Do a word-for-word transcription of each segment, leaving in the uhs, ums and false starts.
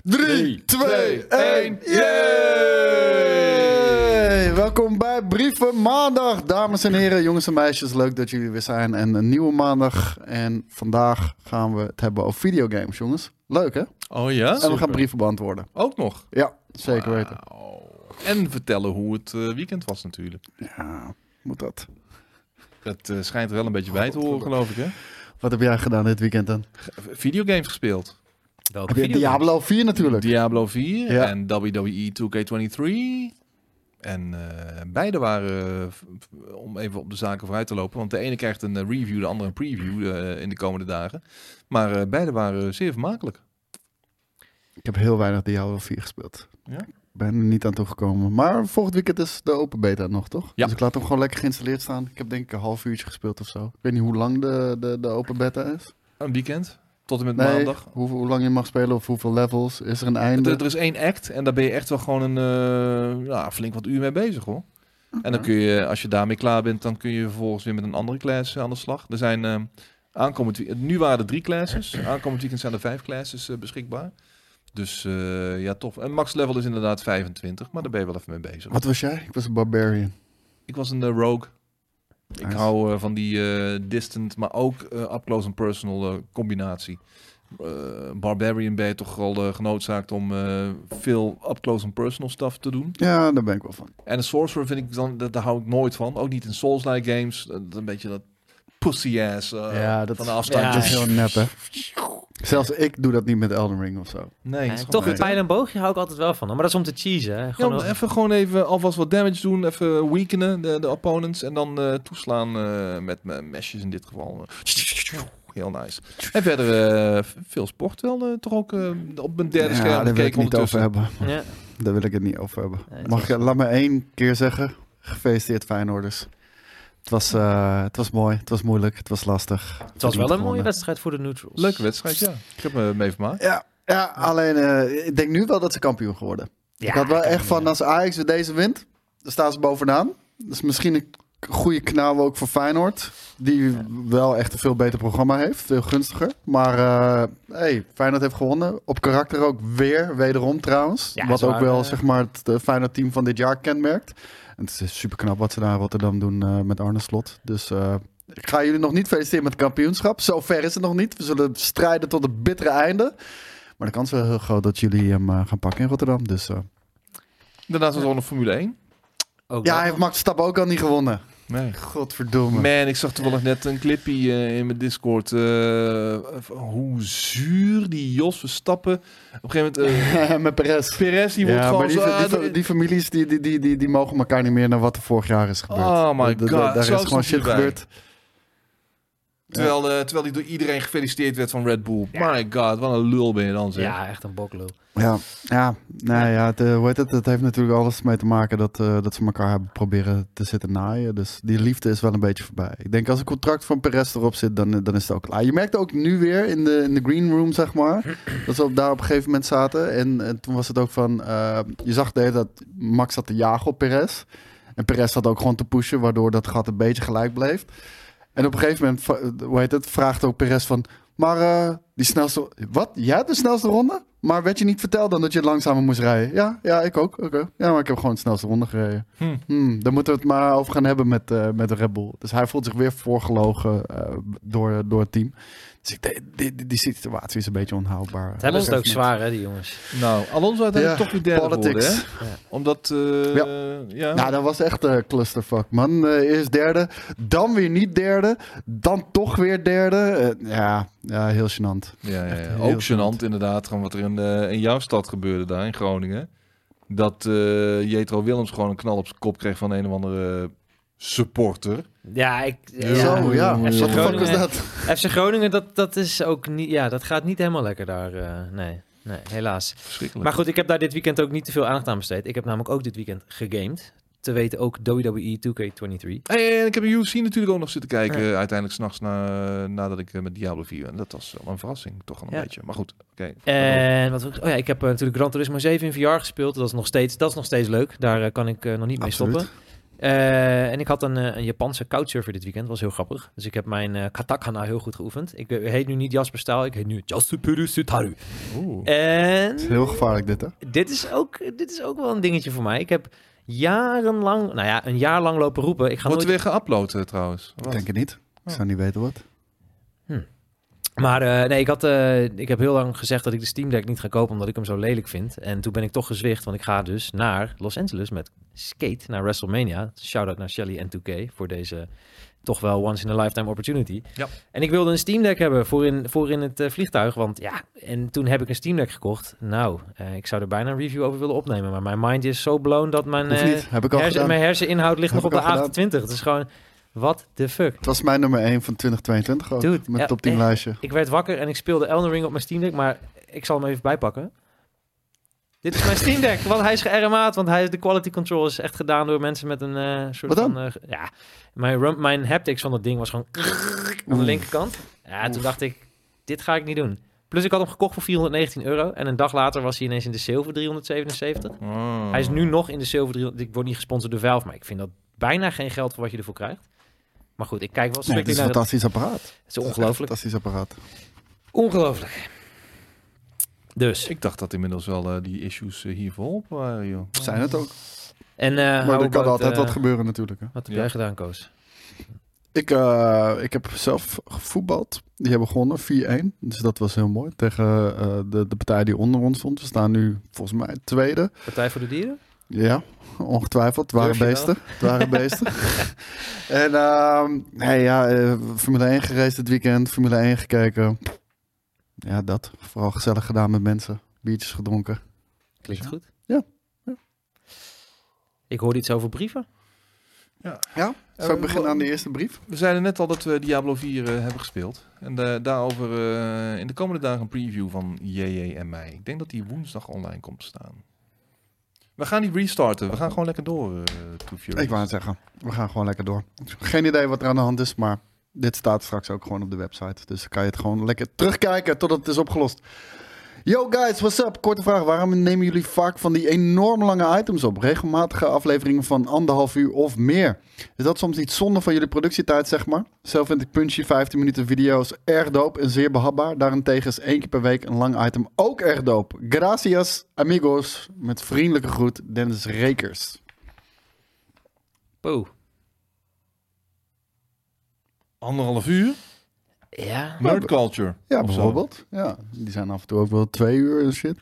drie, twee, één, yay! Welkom bij Brieven Maandag, dames en heren, jongens en meisjes. Leuk dat jullie weer zijn en een nieuwe maandag. En vandaag gaan we het hebben over videogames, jongens. Leuk, hè? Oh ja? En we Super. gaan brieven beantwoorden. Ook nog? Ja, zeker weten. Wauw. En vertellen hoe het uh, weekend was natuurlijk. Ja, moet dat. Het uh, schijnt er wel een beetje bij te horen, geloof ik, hè? Wat heb jij gedaan dit weekend dan? Videogames gespeeld. Heb je Diablo vier natuurlijk. Diablo vier Ja. en W W E two K twenty-three. En uh, beide waren, uh, f- f- om even op de zaken vooruit te lopen, want de ene krijgt een uh, review, de andere een preview uh, in de komende dagen. Maar uh, beide waren zeer vermakelijk. Ik heb heel weinig Diablo vier gespeeld. Ja? Ik ben er niet aan toegekomen. Maar volgend weekend is de open beta nog, toch? Ja. Dus ik laat hem gewoon lekker geïnstalleerd staan. Ik heb denk ik een half uurtje gespeeld of zo. Ik weet niet hoe lang de, de, de open beta is. Een weekend, tot en met Nee, maandag. hoe, hoe lang je mag spelen of hoeveel levels. Is er een einde? Er, er is één act en daar ben je echt wel gewoon een uh, ja, flink wat uur mee bezig, hoor. En dan kun je, als je daarmee klaar bent, dan kun je vervolgens weer met een andere class aan de slag. Er zijn uh, aankomend weekend, nu waren er drie classes. Aankomend weekend zijn er vijf classes uh, beschikbaar. Dus uh, ja, tof. En max level is inderdaad vijfentwintig, maar daar ben je wel even mee bezig. Wat was jij? Ik was een barbarian. Ik was een uh, rogue. Ik Nice. hou uh, van die uh, distant, maar ook uh, up close and personal uh, combinatie. Uh, Barbarian ben je toch al uh, genoodzaakt om uh, veel up close and personal stuff te doen. Ja, daar ben ik wel van. En een Sorcerer vind ik dan, dat, daar hou ik nooit van. Ook niet in Souls-like games. Dat, een beetje dat pussy ass uh, Ja, dat van de is- afstand. Ja. Dat is heel nep, hè? Zelfs ik doe dat niet met Elden Ring of zo. Nee, Ja, het is toch gewoon een pijl en boogje hou ik altijd wel van. Maar dat is om te cheesen. Hè. Ja, Gewoon maar een- even gewoon even alvast wat damage doen. Even weakenen de, de opponents. En dan uh, toeslaan uh, met mijn mesjes in dit geval. Heel nice. En verder uh, veel sport wel. Uh, toch ook uh, op mijn derde Ja, scherm daar wil ik gekeken het niet over ondertussen. hebben. ja. Daar wil ik het niet over hebben. Nee, het Mag was- ik, laat me één keer zeggen. Gefeliciteerd Feyenoorders. Het was, uh, het was mooi, het was moeilijk, het was lastig. Het was wel een mooie gewonnen. wedstrijd voor de neutrals. Leuke wedstrijd, ja. Ik heb me mee vermaakt. Ja, ja, alleen uh, ik denk nu wel dat ze kampioen geworden. Ja, ik had wel kan echt niet, van, ja. als Ajax weer deze wint, dan staan ze bovenaan. Dat is misschien een k- goede knauw ook voor Feyenoord. Die Ja. wel echt een veel beter programma heeft, veel gunstiger. Maar uh, hey, Feyenoord heeft gewonnen. Op karakter ook weer, wederom trouwens. Ja, wat ze ook waren, wel uh, zeg maar het uh, Feyenoord team van dit jaar kenmerkt. En het is super knap wat ze daar in Rotterdam doen uh, met Arne Slot. Dus uh, ik ga jullie nog niet feliciteren met het kampioenschap. Zover is het nog niet. We zullen strijden tot het bittere einde. Maar de kans is wel heel groot dat jullie hem uh, gaan pakken in Rotterdam. Dus uh, Daarnaast was er ook nog Formule één. Ook ja, wel. hij heeft Max Verstappen ook al niet gewonnen. Nee. Godverdomme. Man, ik zag toevallig net een clipje uh, in mijn Discord. Uh, van hoe zuur die Jos Verstappen. Op een gegeven moment. Uh, met Perez. Perez, die wordt Ja, gewoon maar die, zo. die, ah, die, de- die families die, die, die, die, die mogen elkaar niet meer naar wat er vorig jaar is gebeurd. Oh my Da- da- god, Daar zo is gewoon stond shit hij erbij. gebeurd. terwijl, uh, terwijl hij door iedereen gefeliciteerd werd van Red Bull. Ja. My god, wat een lul ben je dan, zeg. Ja, echt een boklul. Ja, ja, nou ja, het, uh, hoe heet het? Het heeft natuurlijk alles mee te maken dat, uh, dat ze elkaar hebben proberen te zitten naaien. Dus die liefde is wel een beetje voorbij. Ik denk als een contract van Perez erop zit, dan, dan is het ook klaar. Je merkte ook nu weer in de, in de green room, zeg maar, dat ze op, daar op een gegeven moment zaten. En, en toen was het ook van, uh, je zag de hele tijd dat Max zat te jagen op Perez. En Perez zat ook gewoon te pushen, waardoor dat gat een beetje gelijk bleef. En op een gegeven moment, va- hoe heet het, vraagt ook Perez van, maar uh, die snelste, wat? Jij hebt de snelste ronde? Maar werd je niet verteld dan dat je langzamer moest rijden? Ja, ja, ik ook. Oké. Ja, maar ik heb gewoon de snelste ronde gereden. Hm. Hmm, daar moeten we het maar over gaan hebben met, uh, met de Red Bull. Dus hij voelt zich weer voorgelogen uh, door, door het team. Dus ik denk, die, die, die situatie is een beetje onhoudbaar. Het hebben ze het ook zwaar, hè, die jongens. Nou, Alonso uiteindelijk Ja, toch weer derde politics. geworden, hè? Ja. Omdat, uh, ja. ja. Nou, dat was echt een clusterfuck, man. Uh, eerst derde, dan weer niet derde, dan toch weer derde. Uh, ja, ja, heel gênant. Ja, ja, Echt ja. heel Ook gênant inderdaad, gewoon wat er in, uh, in jouw stad gebeurde daar in Groningen. Dat uh, Jetro Willems gewoon een knal op zijn kop kreeg van een of andere supporter. Ja, ik... Ja. Zo, ja. F C Wat de fuck was Groningen, dat? F C Groningen, dat, dat is ook niet... Ja, dat gaat niet helemaal lekker daar. Uh, nee, nee, helaas. Verschrikkelijk. Maar goed, ik heb daar dit weekend ook niet te veel aandacht aan besteed. Ik heb namelijk ook dit weekend gegamed. Te weten ook W W E two K twenty-three. En ik heb een U F C natuurlijk ook nog zitten kijken, ja. uiteindelijk s'nachts na, nadat ik uh, met Diablo vier. En dat was wel een verrassing, toch wel een Ja. beetje. Maar goed, oké. En wat, oh ja, ik heb uh, natuurlijk Gran Turismo zeven in V R gespeeld. Dat is nog steeds, dat is nog steeds leuk. Daar uh, kan ik uh, nog niet mee Absoluut. stoppen. Uh, en ik had een, uh, een Japanse couchsurfer dit weekend. Was heel grappig. Dus ik heb mijn uh, katakana heel goed geoefend. Ik uh, heet nu niet Jasper Staal. Ik heet nu Jasupuru Sutaru. Oeh. En Het is heel gevaarlijk dit, hè? dit is, ook, dit is ook wel een dingetje voor mij. Ik heb jarenlang, nou ja, een jaar lang lopen roepen. Ik ga Wordt nooit... weer geüpload uh, trouwens? Ik denk het niet. Ik Oh. zou niet weten wat. Hm. Maar uh, nee, ik, had, uh, ik heb heel lang gezegd dat ik de Steam Deck niet ga kopen omdat ik hem zo lelijk vind. En toen ben ik toch gezwicht, want ik ga dus naar Los Angeles met Skate, naar WrestleMania. Shout-out naar Shelly en two K voor deze toch wel once-in-a-lifetime opportunity. Ja. En ik wilde een Steam Deck hebben voor in, voor in het uh, vliegtuig, want ja, en toen heb ik een Steam Deck gekocht. Nou, uh, ik zou er bijna een review over willen opnemen, maar mijn mind is zo blown dat mijn, Hoeft uh, niet. Heb ik al hersen, gedaan. mijn herseninhoud ligt Heb nog op ik de al gedaan. achtentwintig. Het is gewoon, what the fuck. Het was mijn nummer één van twintig tweeëntwintig ook. Dude, met ja, top tien echt. lijstje. Ik werd wakker en ik speelde Elden Ring op mijn Steam Deck, maar ik zal hem even bijpakken. Dit is mijn Steam Deck, want hij is ge-R M A'd, want hij is, de quality control is echt gedaan door mensen met een uh, soort Wat dan? van... Uh, ja, mijn, rum, mijn haptics van dat ding was gewoon aan de Oef. linkerkant. Ja, toen Oef. dacht ik, dit ga ik niet doen. Plus ik had hem gekocht voor vierhonderdnegentien euro en een dag later was hij ineens in de sale voor driehonderdzevenenzeventig. Oh. Hij is nu nog in de sale voor driehonderd. Ik word niet gesponsord door Valve, maar ik vind dat bijna geen geld voor wat je ervoor krijgt. Maar goed, ik kijk wel Nee, het is strictly een naar het. fantastisch apparaat. Het is ongelooflijk. Fantastisch apparaat. Ongelooflijk. Dus. Ik dacht dat inmiddels wel uh, die issues uh, hier volop waren, joh. Zijn het ook. En, uh, Maar how er kan about, altijd uh, wat gebeuren natuurlijk. Hè. Wat heb Ja. jij gedaan, Koos? Ik, uh, ik heb zelf gevoetbald. Die hebben gewonnen, vier-een. Dus dat was heel mooi. Tegen uh, de, de partij die onder ons stond. We staan nu volgens mij tweede. Partij voor de Dieren? Ja, ongetwijfeld. Het waren Durf je beesten. Het waren beesten. En uh, nee, ja, uh, Formule één geraced dit weekend. Formule één gekeken. Ja, dat. Vooral gezellig gedaan met mensen. Biertjes gedronken. Klinkt Ja. goed. Ja. Ja. Ik hoorde iets over brieven. Ja. Ja, zal ik Uh, beginnen wa- aan de eerste brief? We zeiden net al dat we Diablo vier uh, hebben gespeeld. En uh, daarover uh, in de komende dagen een preview van J J en mij. Ik denk dat die woensdag online komt te staan. We gaan niet restarten. We gaan gewoon lekker door, uh, Too Furious. Ik wou het zeggen. We gaan gewoon lekker door. Geen idee wat er aan de hand is, maar dit staat straks ook gewoon op de website. Dus dan kan je het gewoon lekker terugkijken totdat het is opgelost. Yo guys, what's up? Korte vraag. Waarom nemen jullie vaak van die enorm lange items op? Regelmatige afleveringen van anderhalf uur of meer. Is dat soms niet zonde van jullie productietijd, zeg maar? Zelf vind ik punchy vijftien minuten video's erg dope en zeer behapbaar. Daarentegen is één keer per week een lang item ook erg dope. Gracias, amigos. Met vriendelijke groet, Dennis Rekers. Poeh. Anderhalf uur? Ja. Nerd culture. Ja, of zo. bijvoorbeeld. Ja, die zijn af en toe ook wel twee uur en shit.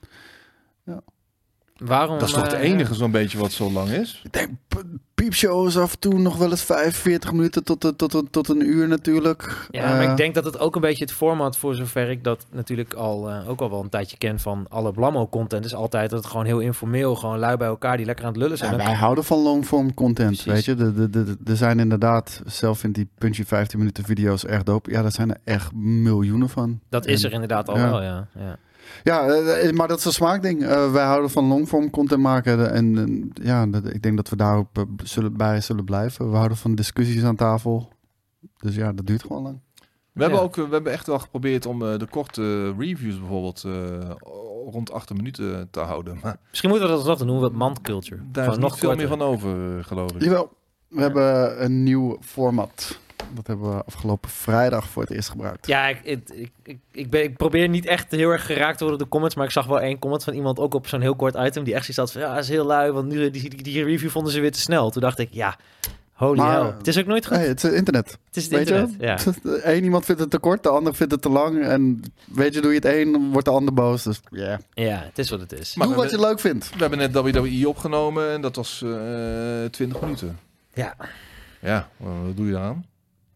Waarom? Dat is toch het uh, enige zo'n beetje wat zo lang is? Ik denk, p- piepshows af en toe nog wel eens vijfenveertig minuten tot, tot, tot, tot een uur natuurlijk. Ja, maar Eh, ik denk dat het ook een beetje het format, voor zover ik dat natuurlijk al uh, ook al wel een tijdje ken van alle Blammo-content, is altijd dat het gewoon heel informeel, gewoon lui bij elkaar die lekker aan het lullen zijn. ja, Dan- wij houden van longform content, Precies. weet je. De, de, de, de- er zijn inderdaad, zelf vind die punchy vijftien minuten video's erg dope. Ja, daar zijn er echt miljoenen van. dat is En- er inderdaad al ja. wel, ja. ja. Ja, eh, maar dat is een smaakding. Uh, wij houden van longform content maken. En eh, ja, dat, ik denk dat we daar ook eh, zullen, bij zullen blijven. We houden van discussies aan tafel. Dus ja, dat duurt gewoon lang. We hebben, Ja. ook, uh, we hebben echt wel geprobeerd om uh, de korte reviews bijvoorbeeld uh, rond acht minuten te houden. Maar Misschien moeten we dat nog doen, noemen we het mandculture. daar is Gewoon nog veel korter. meer van over, uh, geloof ik. Jawel, we hebben een nieuw format. Dat hebben we afgelopen vrijdag voor het eerst gebruikt. Ja, ik, ik, ik, ik, ik, ben, ik probeer niet echt heel erg geraakt te worden door de comments, maar ik zag wel één comment van iemand ook op zo'n heel kort item die echt zoiets had van, ja, is heel lui, want nu die, die, die review vonden ze weer te snel. Toen dacht ik, ja, holy Maar- hell. Het is ook nooit goed. Hey, het is het internet. Het is het Weet internet, je? ja. Eén iemand vindt het te kort, de ander vindt het te lang. En weet je, doe je het één, dan wordt de ander boos. Dus ja, Ja, het is wat het is. Maar doe we wat je hebben- leuk vindt. We hebben net W W E opgenomen en dat was uh, twintig minuten. Ja. Ja, wat doe je eraan?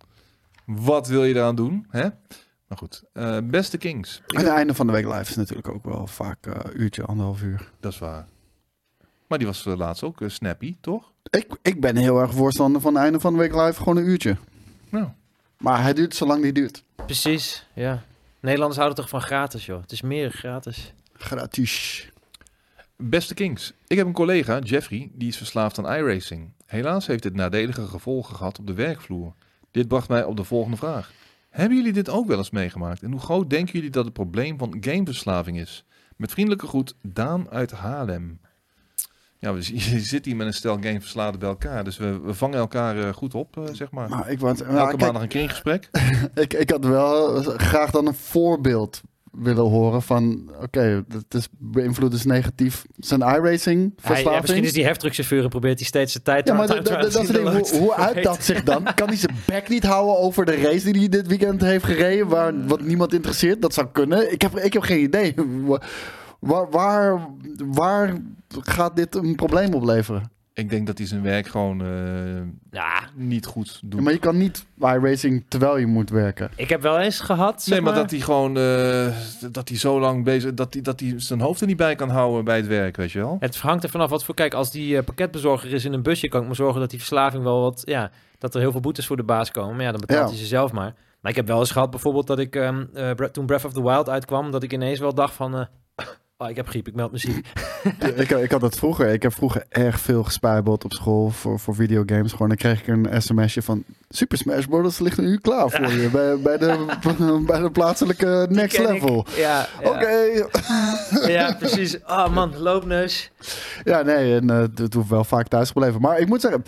Wat wil je eraan doen? Hè? Maar goed, uh, beste Kings. Ik En het einde van de week live is natuurlijk ook wel vaak een uh, uurtje, anderhalf uur. Dat is waar. Maar die was uh, laatst ook uh, snappy, toch? Ik, ik ben heel erg voorstander van het einde van de week live gewoon een uurtje. Nou, Maar hij duurt zolang die duurt. Precies, ja. Nederlanders houden toch van gratis, joh. Het is meer gratis. Gratis. beste Kings. Ik heb een collega, Jeffrey, die is verslaafd aan iRacing. Helaas heeft dit nadelige gevolgen gehad op de werkvloer. Dit bracht mij op de volgende vraag. Hebben jullie dit ook wel eens meegemaakt? En hoe groot denken jullie dat het probleem van gameverslaving is? Met vriendelijke groet, Daan uit Haarlem. Ja, we, je zit hier met een stel gameversladen bij elkaar. Dus we, we vangen elkaar uh, goed op, uh, zeg maar. Maar ik was, Elke nou, maand kijk, nog een kringgesprek. ik, ik had wel graag dan een voorbeeld willen horen van... Oké, okay, dat is beïnvloed dus negatief zijn iRacing verslaving. Ja, misschien is die heftruckchauffeur en probeert hij steeds de tijd... Ja, maar time dat, dat, dat is het ding. Hoe, hoe uit dat zich dan? Kan hij zijn bek niet houden over de race die hij dit weekend heeft gereden... Waar, wat niemand interesseert? Dat zou kunnen. Ik heb, ik heb geen idee. Waar, waar, waar gaat dit een probleem opleveren? Ik denk dat hij zijn werk gewoon uh, ja. niet goed doet. Ja, maar je kan niet iRacing terwijl je moet werken. Ik heb wel eens gehad, zeg Nee, maar, maar dat hij gewoon uh, dat hij zo lang bezig... Dat hij, dat hij zijn hoofd er niet bij kan houden bij het werk, weet je wel. Het hangt er vanaf wat voor... Kijk, als die uh, pakketbezorger is in een busje... kan ik me zorgen dat die verslaving wel wat... Ja, dat er heel veel boetes voor de baas komen. Maar ja, dan betaalt Ja. hij ze zelf maar. Maar ik heb wel eens gehad bijvoorbeeld dat ik... Um, uh, toen Breath of the Wild uitkwam... dat ik ineens wel dacht van... Uh, oh, ik heb griep, ik meld me ziek. Ja, ik, ik had dat vroeger. Ik heb vroeger erg veel gespijbeld op school voor, voor videogames. Gewoon, dan kreeg ik een sms'je van... Super Smash Bros. Ligt nu klaar voor je. Bij, bij, de, bij de plaatselijke next level. Ja, ja. Oké. Okay. Ja, precies. Oh man, loopneus. Ja, nee, en uh, het hoeft wel vaak thuis gebleven. Maar ik moet zeggen,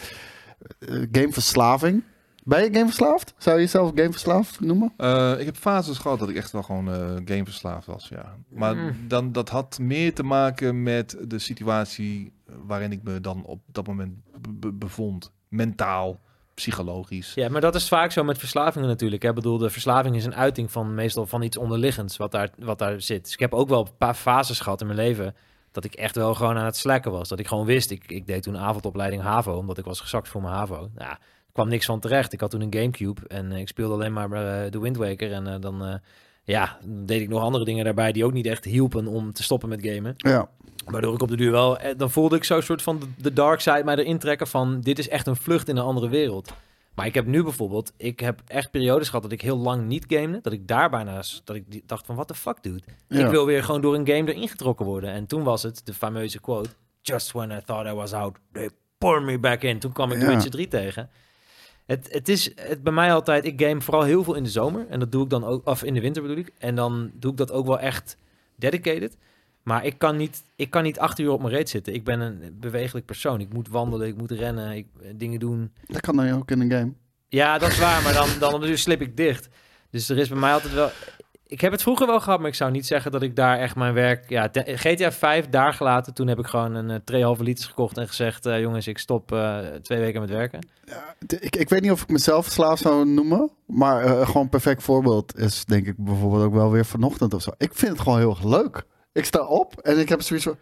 uh, gameverslaving. Ben je gameverslaafd? Zou je jezelf gameverslaafd noemen? Uh, ik heb fases gehad dat ik echt wel gewoon uh, gameverslaafd was, ja. Maar Mm. dan, dat had meer te maken met de situatie waarin ik me dan op dat moment be- bevond. Mentaal, psychologisch. Ja, maar dat is vaak zo met verslavingen natuurlijk. Hè? Ik bedoel, de verslaving is een uiting van meestal van iets onderliggends wat daar, wat daar zit. Dus ik heb ook wel een paar fases gehad in mijn leven dat ik echt wel gewoon aan het slacken was. Dat ik gewoon wist, ik, ik deed toen avondopleiding HAVO, omdat ik was gezakt voor mijn HAVO. Ja, er kwam niks van terecht. Ik had toen een Gamecube en uh, ik speelde alleen maar uh, de Wind Waker. En uh, dan uh, ja, deed ik nog andere dingen daarbij die ook niet echt hielpen om te stoppen met gamen. Ja. Waardoor ik op de duur wel... Dan voelde ik zo'n soort van de, de dark side mij erin trekken van... Dit is echt een vlucht in een andere wereld. Maar ik heb nu bijvoorbeeld... Ik heb echt periodes gehad dat ik heel lang niet gamede. Dat ik daar bijna... Dat ik dacht van, what the fuck, dude? Ja. Ik wil weer gewoon door een game erin getrokken worden. En toen was het de fameuze quote... Just when I thought I was out, they poured me back in. Toen kwam ik Ja. The Witcher drie tegen. Het, het is het bij mij altijd... Ik game vooral heel veel in de zomer. En dat doe ik dan ook... Of in de winter bedoel ik. En dan doe ik dat ook wel echt dedicated. Maar ik kan niet, ik kan niet acht uur op mijn reet zitten. Ik ben een bewegelijk persoon. Ik moet wandelen, ik moet rennen, ik, dingen doen. Dat kan dan ook in een game. Ja, dat is waar, maar dan, dan op de duur slip ik dicht. Dus er is bij mij altijd wel... Ik heb het vroeger wel gehad, maar ik zou niet zeggen dat ik daar echt mijn werk... Ja, te- G T A vijf, daar gelaten. Toen heb ik gewoon een uh, twee komma vijf liters gekocht en gezegd... Uh, jongens, ik stop uh, twee weken met werken. Ja, d- ik, ik weet niet of ik mezelf verslaafd zou noemen. Maar uh, gewoon een perfect voorbeeld is denk ik bijvoorbeeld ook wel weer vanochtend of zo. Ik vind het gewoon heel erg leuk. Ik sta op en ik heb zoiets van...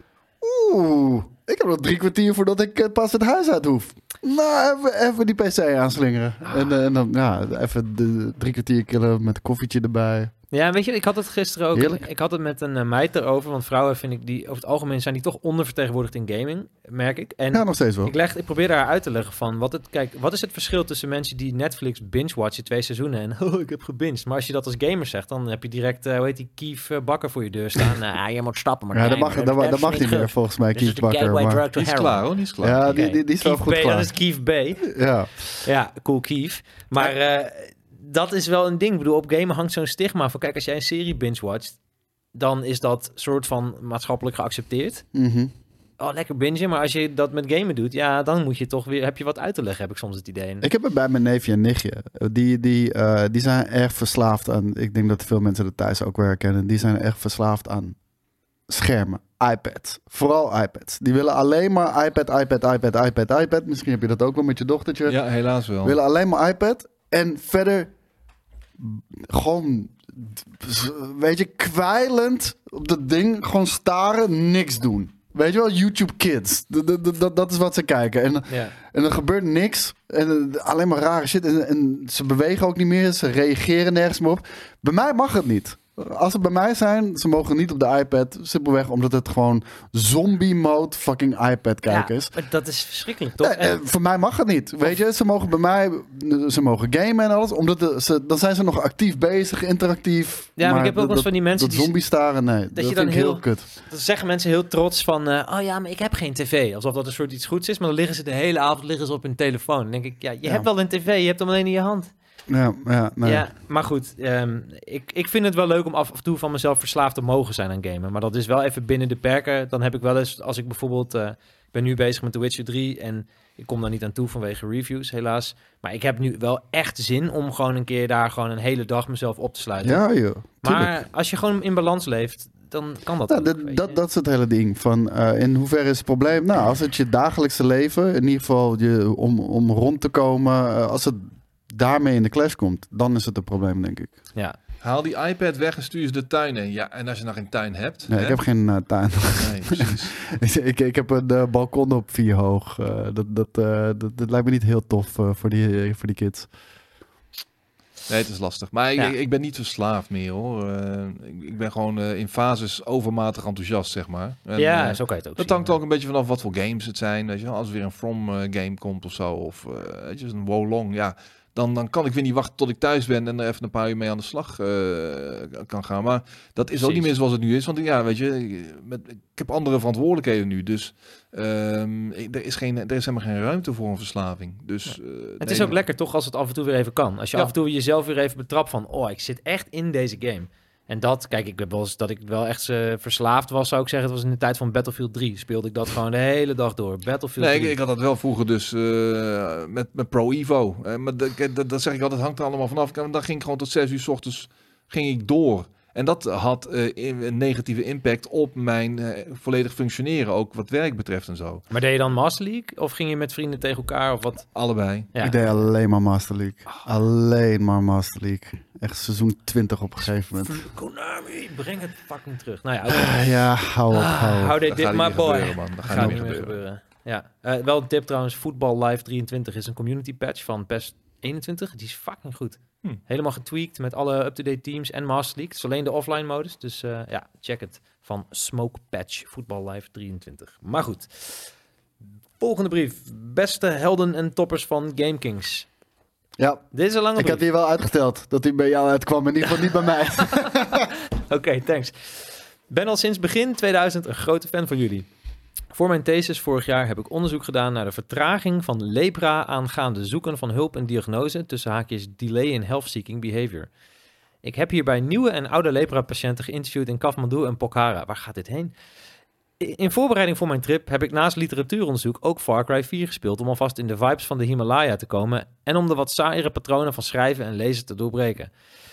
Oeh, ik heb nog drie kwartier voordat ik uh, pas het huis uit hoef. Nou, even, even die P C aanslingeren. Ah. En, uh, en dan ja, even de drie kwartier killen met een koffietje erbij. Ja, weet je, ik had het gisteren ook... Heerlijk. Ik had het met een uh, meid erover. Want vrouwen vind ik die... Over het algemeen zijn die toch ondervertegenwoordigd in gaming, merk ik. En Ja, nog steeds wel. Ik, leg, ik probeer haar uit te leggen van... Wat het, kijk, wat is het verschil tussen mensen die Netflix binge-watchen twee seizoenen... en oh, ik heb gebinged. Maar als je dat als gamer zegt... dan heb je direct, uh, hoe heet die, Kief uh, Bakker voor je deur staan. Nou, je moet stappen, maar Ja, dat mag, dat, mag- dat mag niet meer volgens mij, Kies Bakker. Maar, Die is klaar hoor, die is klaar. ja, die, Oké. die, die is wel Kief goed B, klaar. dat is Kief B. Ja. Ja, cool Kief. Maar uh, dat is wel een ding. Ik bedoel, op gamen hangt zo'n stigma van... Kijk, als jij een serie binge-watcht... dan is dat soort van maatschappelijk geaccepteerd. Mhm. Oh, lekker bingen. Maar als je dat met gamen doet... ja, dan moet je toch weer... heb je wat uit te leggen, heb ik soms het idee. Ik heb het bij mijn neefje en nichtje. Die, die, uh, die zijn erg verslaafd aan... Ik denk dat veel mensen dat thuis ook wel herkennen. Die zijn erg verslaafd aan schermen. iPads. Vooral iPads. Die willen alleen maar iPad, iPad, iPad, iPad, iPad. Misschien heb je dat ook wel met je dochtertje. Ja, helaas wel. Willen alleen maar iPad. En verder gewoon... Weet je, kwijlend op dat ding. Gewoon staren, niks doen. Weet je wel, YouTube Kids. Dat, dat, dat, dat is wat ze kijken. En, Ja. en er gebeurt niks. En uh, alleen maar rare shit. En, en ze bewegen ook niet meer. Ze reageren nergens meer op. Bij mij mag het niet. Als ze bij mij zijn, ze mogen niet op de iPad. Simpelweg omdat het gewoon zombie mode fucking iPad kijken is. Maar dat is verschrikkelijk, toch? Nee, eh, voor mij mag het niet. Weet je, ze mogen bij mij, ze mogen gamen en alles. Omdat de, ze, dan zijn ze nog actief bezig, interactief. Ja, maar ik heb ook wel eens van die mensen dat die- zombie staren, nee. Dat, je vind dan ik heel, heel- kut. Dan zeggen mensen heel trots van... uh, oh ja, maar ik heb geen tv. Alsof dat een soort iets goeds is. Maar dan liggen ze de hele avond liggen ze op hun telefoon. Dan denk ik, ja, je Ja. hebt wel een tv. Je hebt hem alleen in je hand. Ja, ja, nee. Ja, maar goed. Um, ik, ik vind het wel leuk om af en toe van mezelf verslaafd te mogen zijn aan gamen. Maar dat is wel even binnen de perken. Dan heb ik wel eens, als ik bijvoorbeeld... Uh, ik ben nu bezig met The Witcher drie en ik kom daar niet aan toe vanwege reviews, helaas. Maar ik heb nu wel echt zin om gewoon een keer daar gewoon een hele dag mezelf op te sluiten. Ja, joh. Maar als je gewoon in balans leeft, dan kan dat ja, ook, dat, dat, dat is het hele ding. Van, uh, in hoeverre is het probleem? Nou, als het je dagelijkse leven, in ieder geval je, om, om rond te komen, uh, als het daarmee in de clash komt, dan is het een probleem, denk ik. Ja. Haal die iPad weg en stuur ze de tuin in. Ja, en als je nog geen tuin hebt... Nee, hè? ik heb geen uh, tuin. Nee, precies. ik, ik heb een uh, balkon op vier hoog. Uh, dat, dat, uh, dat, dat lijkt me niet heel tof uh, voor, die, uh, voor die kids. Nee, het is lastig. Maar ja. ik, ik ben niet verslaafd meer, hoor. Uh, ik, ik ben gewoon uh, in fases overmatig enthousiast, zeg maar. En, ja, uh, zo kan je het ook dat zien, hangt ja. ook een beetje vanaf wat voor games het zijn. Weet je, als er weer een From uh, game komt of zo, of uh, weet je, een Wolong, ja... Dan, dan kan ik weer niet wachten tot ik thuis ben en er even een paar uur mee aan de slag uh, kan gaan. Maar dat is Precies. ook niet meer zoals het nu is. Want ja, weet je, met, ik heb andere verantwoordelijkheden nu. Dus um, er, is geen, er is helemaal geen ruimte voor een verslaving. Dus, uh, het nee, is ook lekker toch als het af en toe weer even kan. Als je ja. af en toe jezelf weer even betrapt van... oh, ik zit echt in deze game. En dat, kijk, ik heb wel eens dat ik wel echt uh, verslaafd was, zou ik zeggen. Het was in de tijd van Battlefield drie. Speelde ik dat gewoon de hele dag door. Battlefield nee, drie. Ik, ik had dat wel vroeger dus uh, met, met Pro Evo. Uh, maar dat, dat, dat zeg ik altijd, hangt er allemaal vanaf. Dan ging ik gewoon tot zes uur 's ochtends ging ik door. En dat had uh, een negatieve impact op mijn uh, volledig functioneren, ook wat werk betreft en zo. Maar deed je dan Master League? Of ging je met vrienden tegen elkaar? Of wat? Allebei. Ja. Ik deed alleen maar Master League. Oh. Alleen maar Master League. Echt seizoen twintig op een gegeven moment. Konami, breng het fucking terug. Nou ja, okay. uh, ja hou op, hou op. Hou dit, dit maar boy. Gebeuren, man. Dat gaat, gaat niet niet meer gebeuren. gebeuren. Ja. Uh, wel een tip trouwens, Football Live drieëntwintig is een community patch van P E S eenentwintig. Die is fucking goed. Hm. Helemaal getweakt met alle up-to-date teams en Master League. Het is alleen de offline modus. Dus uh, ja, check het. Van Smoke Patch, Football Live drieëntwintig. Maar goed. Volgende brief. Beste helden en toppers van GameKings. Ja. Dit is een lange ik brief. had die wel uitgeteld. Dat die bij jou uitkwam. In ieder geval niet bij mij. Oké, okay, thanks. Ben al sinds begin tweeduizend een grote fan van jullie. Voor mijn thesis vorig jaar heb ik onderzoek gedaan naar de vertraging van lepra aangaande zoeken van hulp en diagnose, tussen haakjes delay in health-seeking behavior. Ik heb hierbij nieuwe en oude lepra-patiënten geïnterviewd in Kathmandu en Pokhara. Waar gaat dit heen? In voorbereiding voor mijn trip heb ik naast literatuuronderzoek ook Far Cry vier gespeeld om alvast in de vibes van de Himalaya te komen en om de wat saaiere patronen van schrijven en lezen te doorbreken.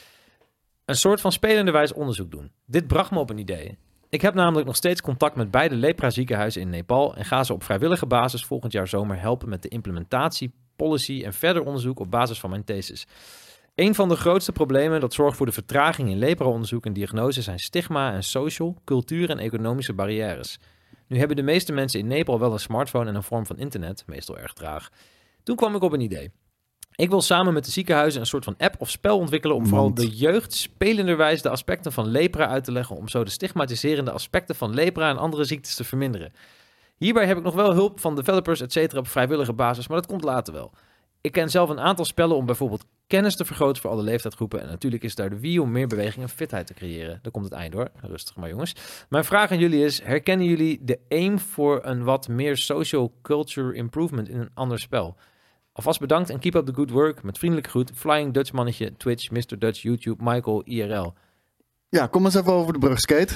Een soort van spelenderwijs onderzoek doen. Dit bracht me op een idee. Ik heb namelijk nog steeds contact met beide lepra-ziekenhuizen in Nepal en ga ze op vrijwillige basis volgend jaar zomer helpen met de implementatie, policy en verder onderzoek op basis van mijn thesis. Een van de grootste problemen dat zorgt voor de vertraging in lepra-onderzoek en diagnose zijn stigma en social, cultuur en economische barrières. Nu hebben de meeste mensen in Nepal wel een smartphone en een vorm van internet, meestal erg traag. Toen kwam ik op een idee. Ik wil samen met de ziekenhuizen een soort van app of spel ontwikkelen om vooral de jeugd spelenderwijs de aspecten van lepra uit te leggen om zo de stigmatiserende aspecten van lepra en andere ziektes te verminderen. Hierbij heb ik nog wel hulp van developers et cetera op vrijwillige basis, maar dat komt later wel. Ik ken zelf een aantal spellen om bijvoorbeeld kennis te vergroten voor alle leeftijdsgroepen en natuurlijk is daar de Wii om meer beweging en fitheid te creëren. Daar komt het eind hoor, rustig maar jongens. Mijn vraag aan jullie is, herkennen jullie de aim voor een wat meer social culture improvement in een ander spel? Alvast bedankt en keep up the good work. Met vriendelijke groet, Flying Dutch mannetje, Twitch, mister Dutch, YouTube, Michael, I R L. Ja, kom eens even over de brug, Skate.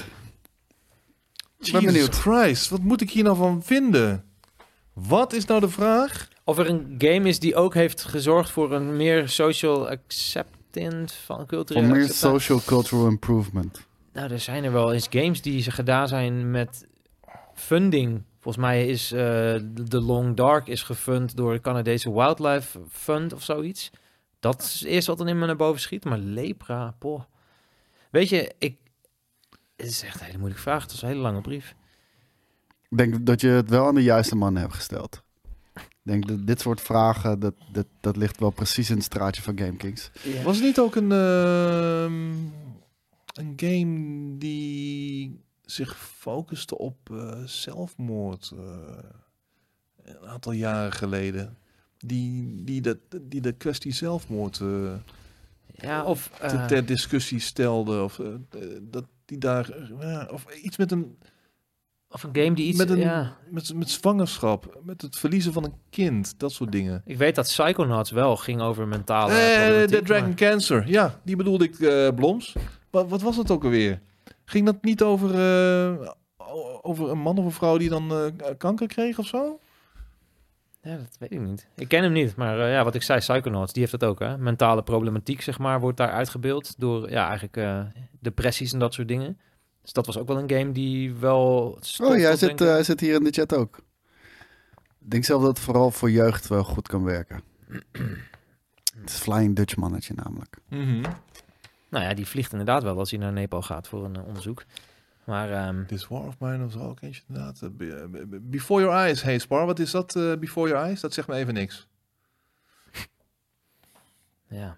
Ik ben benieuwd. Christ, wat moet ik hier nou van vinden? Wat is nou de vraag? Of er een game is die ook heeft gezorgd voor een meer social acceptance van culturele Voor meer acceptatie. social cultural improvement. Nou, er zijn er wel eens games die ze gedaan zijn met funding. Volgens mij is uh, The Long Dark is gefund door de Canadese Wildlife Fund of zoiets. Dat is eerst wat dan in me naar boven schiet. Maar lepra, poh. Weet je, ik... Het is echt een hele moeilijke vraag. Het is een hele lange brief. Ik denk dat je het wel aan de juiste man hebt gesteld. Ik denk dat dit soort vragen, dat, dat, dat ligt wel precies in het straatje van GameKings. Ja. Was het niet ook een, uh, een game die zich focuste op uh, zelfmoord uh, een aantal jaren geleden? Die, die, de, die de kwestie zelfmoord uh, ja, of, uh, ter, ter discussie stelde. Of uh, dat die daar... Uh, of iets met een... Of een game die iets... Met, een, ja. met, met zwangerschap, met het verliezen van een kind, dat soort dingen. Ik weet dat Psychonauts wel ging over mentale Eh, problematiek, The Dragon maar- Cancer, ja, die bedoelde ik, uh, Bloms. Wat, wat was het ook alweer? Ging dat niet over, uh, over een man of een vrouw die dan uh, kanker kreeg of zo? Ja, dat weet ik niet. Ik ken hem niet, maar uh, ja, wat ik zei, Psychonauts, die heeft dat ook, hè. Mentale problematiek, zeg maar, wordt daar uitgebeeld door, ja, eigenlijk uh, depressies en dat soort dingen. Dus dat was ook wel een game die wel... Oh ja, hij zit, uh, hij zit hier in de chat ook. Ik denk zelf dat het vooral voor jeugd wel goed kan werken. Het is Flying Dutch mannetje namelijk. Mm-hmm. Nou ja, die vliegt inderdaad wel als hij naar Nepal gaat voor een uh, onderzoek. Maar... Um... This War of Mine of zo, ken je inderdaad. Uh, Before Your Eyes, hey Spar, wat is dat, uh, Before Your Eyes? Dat zegt me even niks. Ja.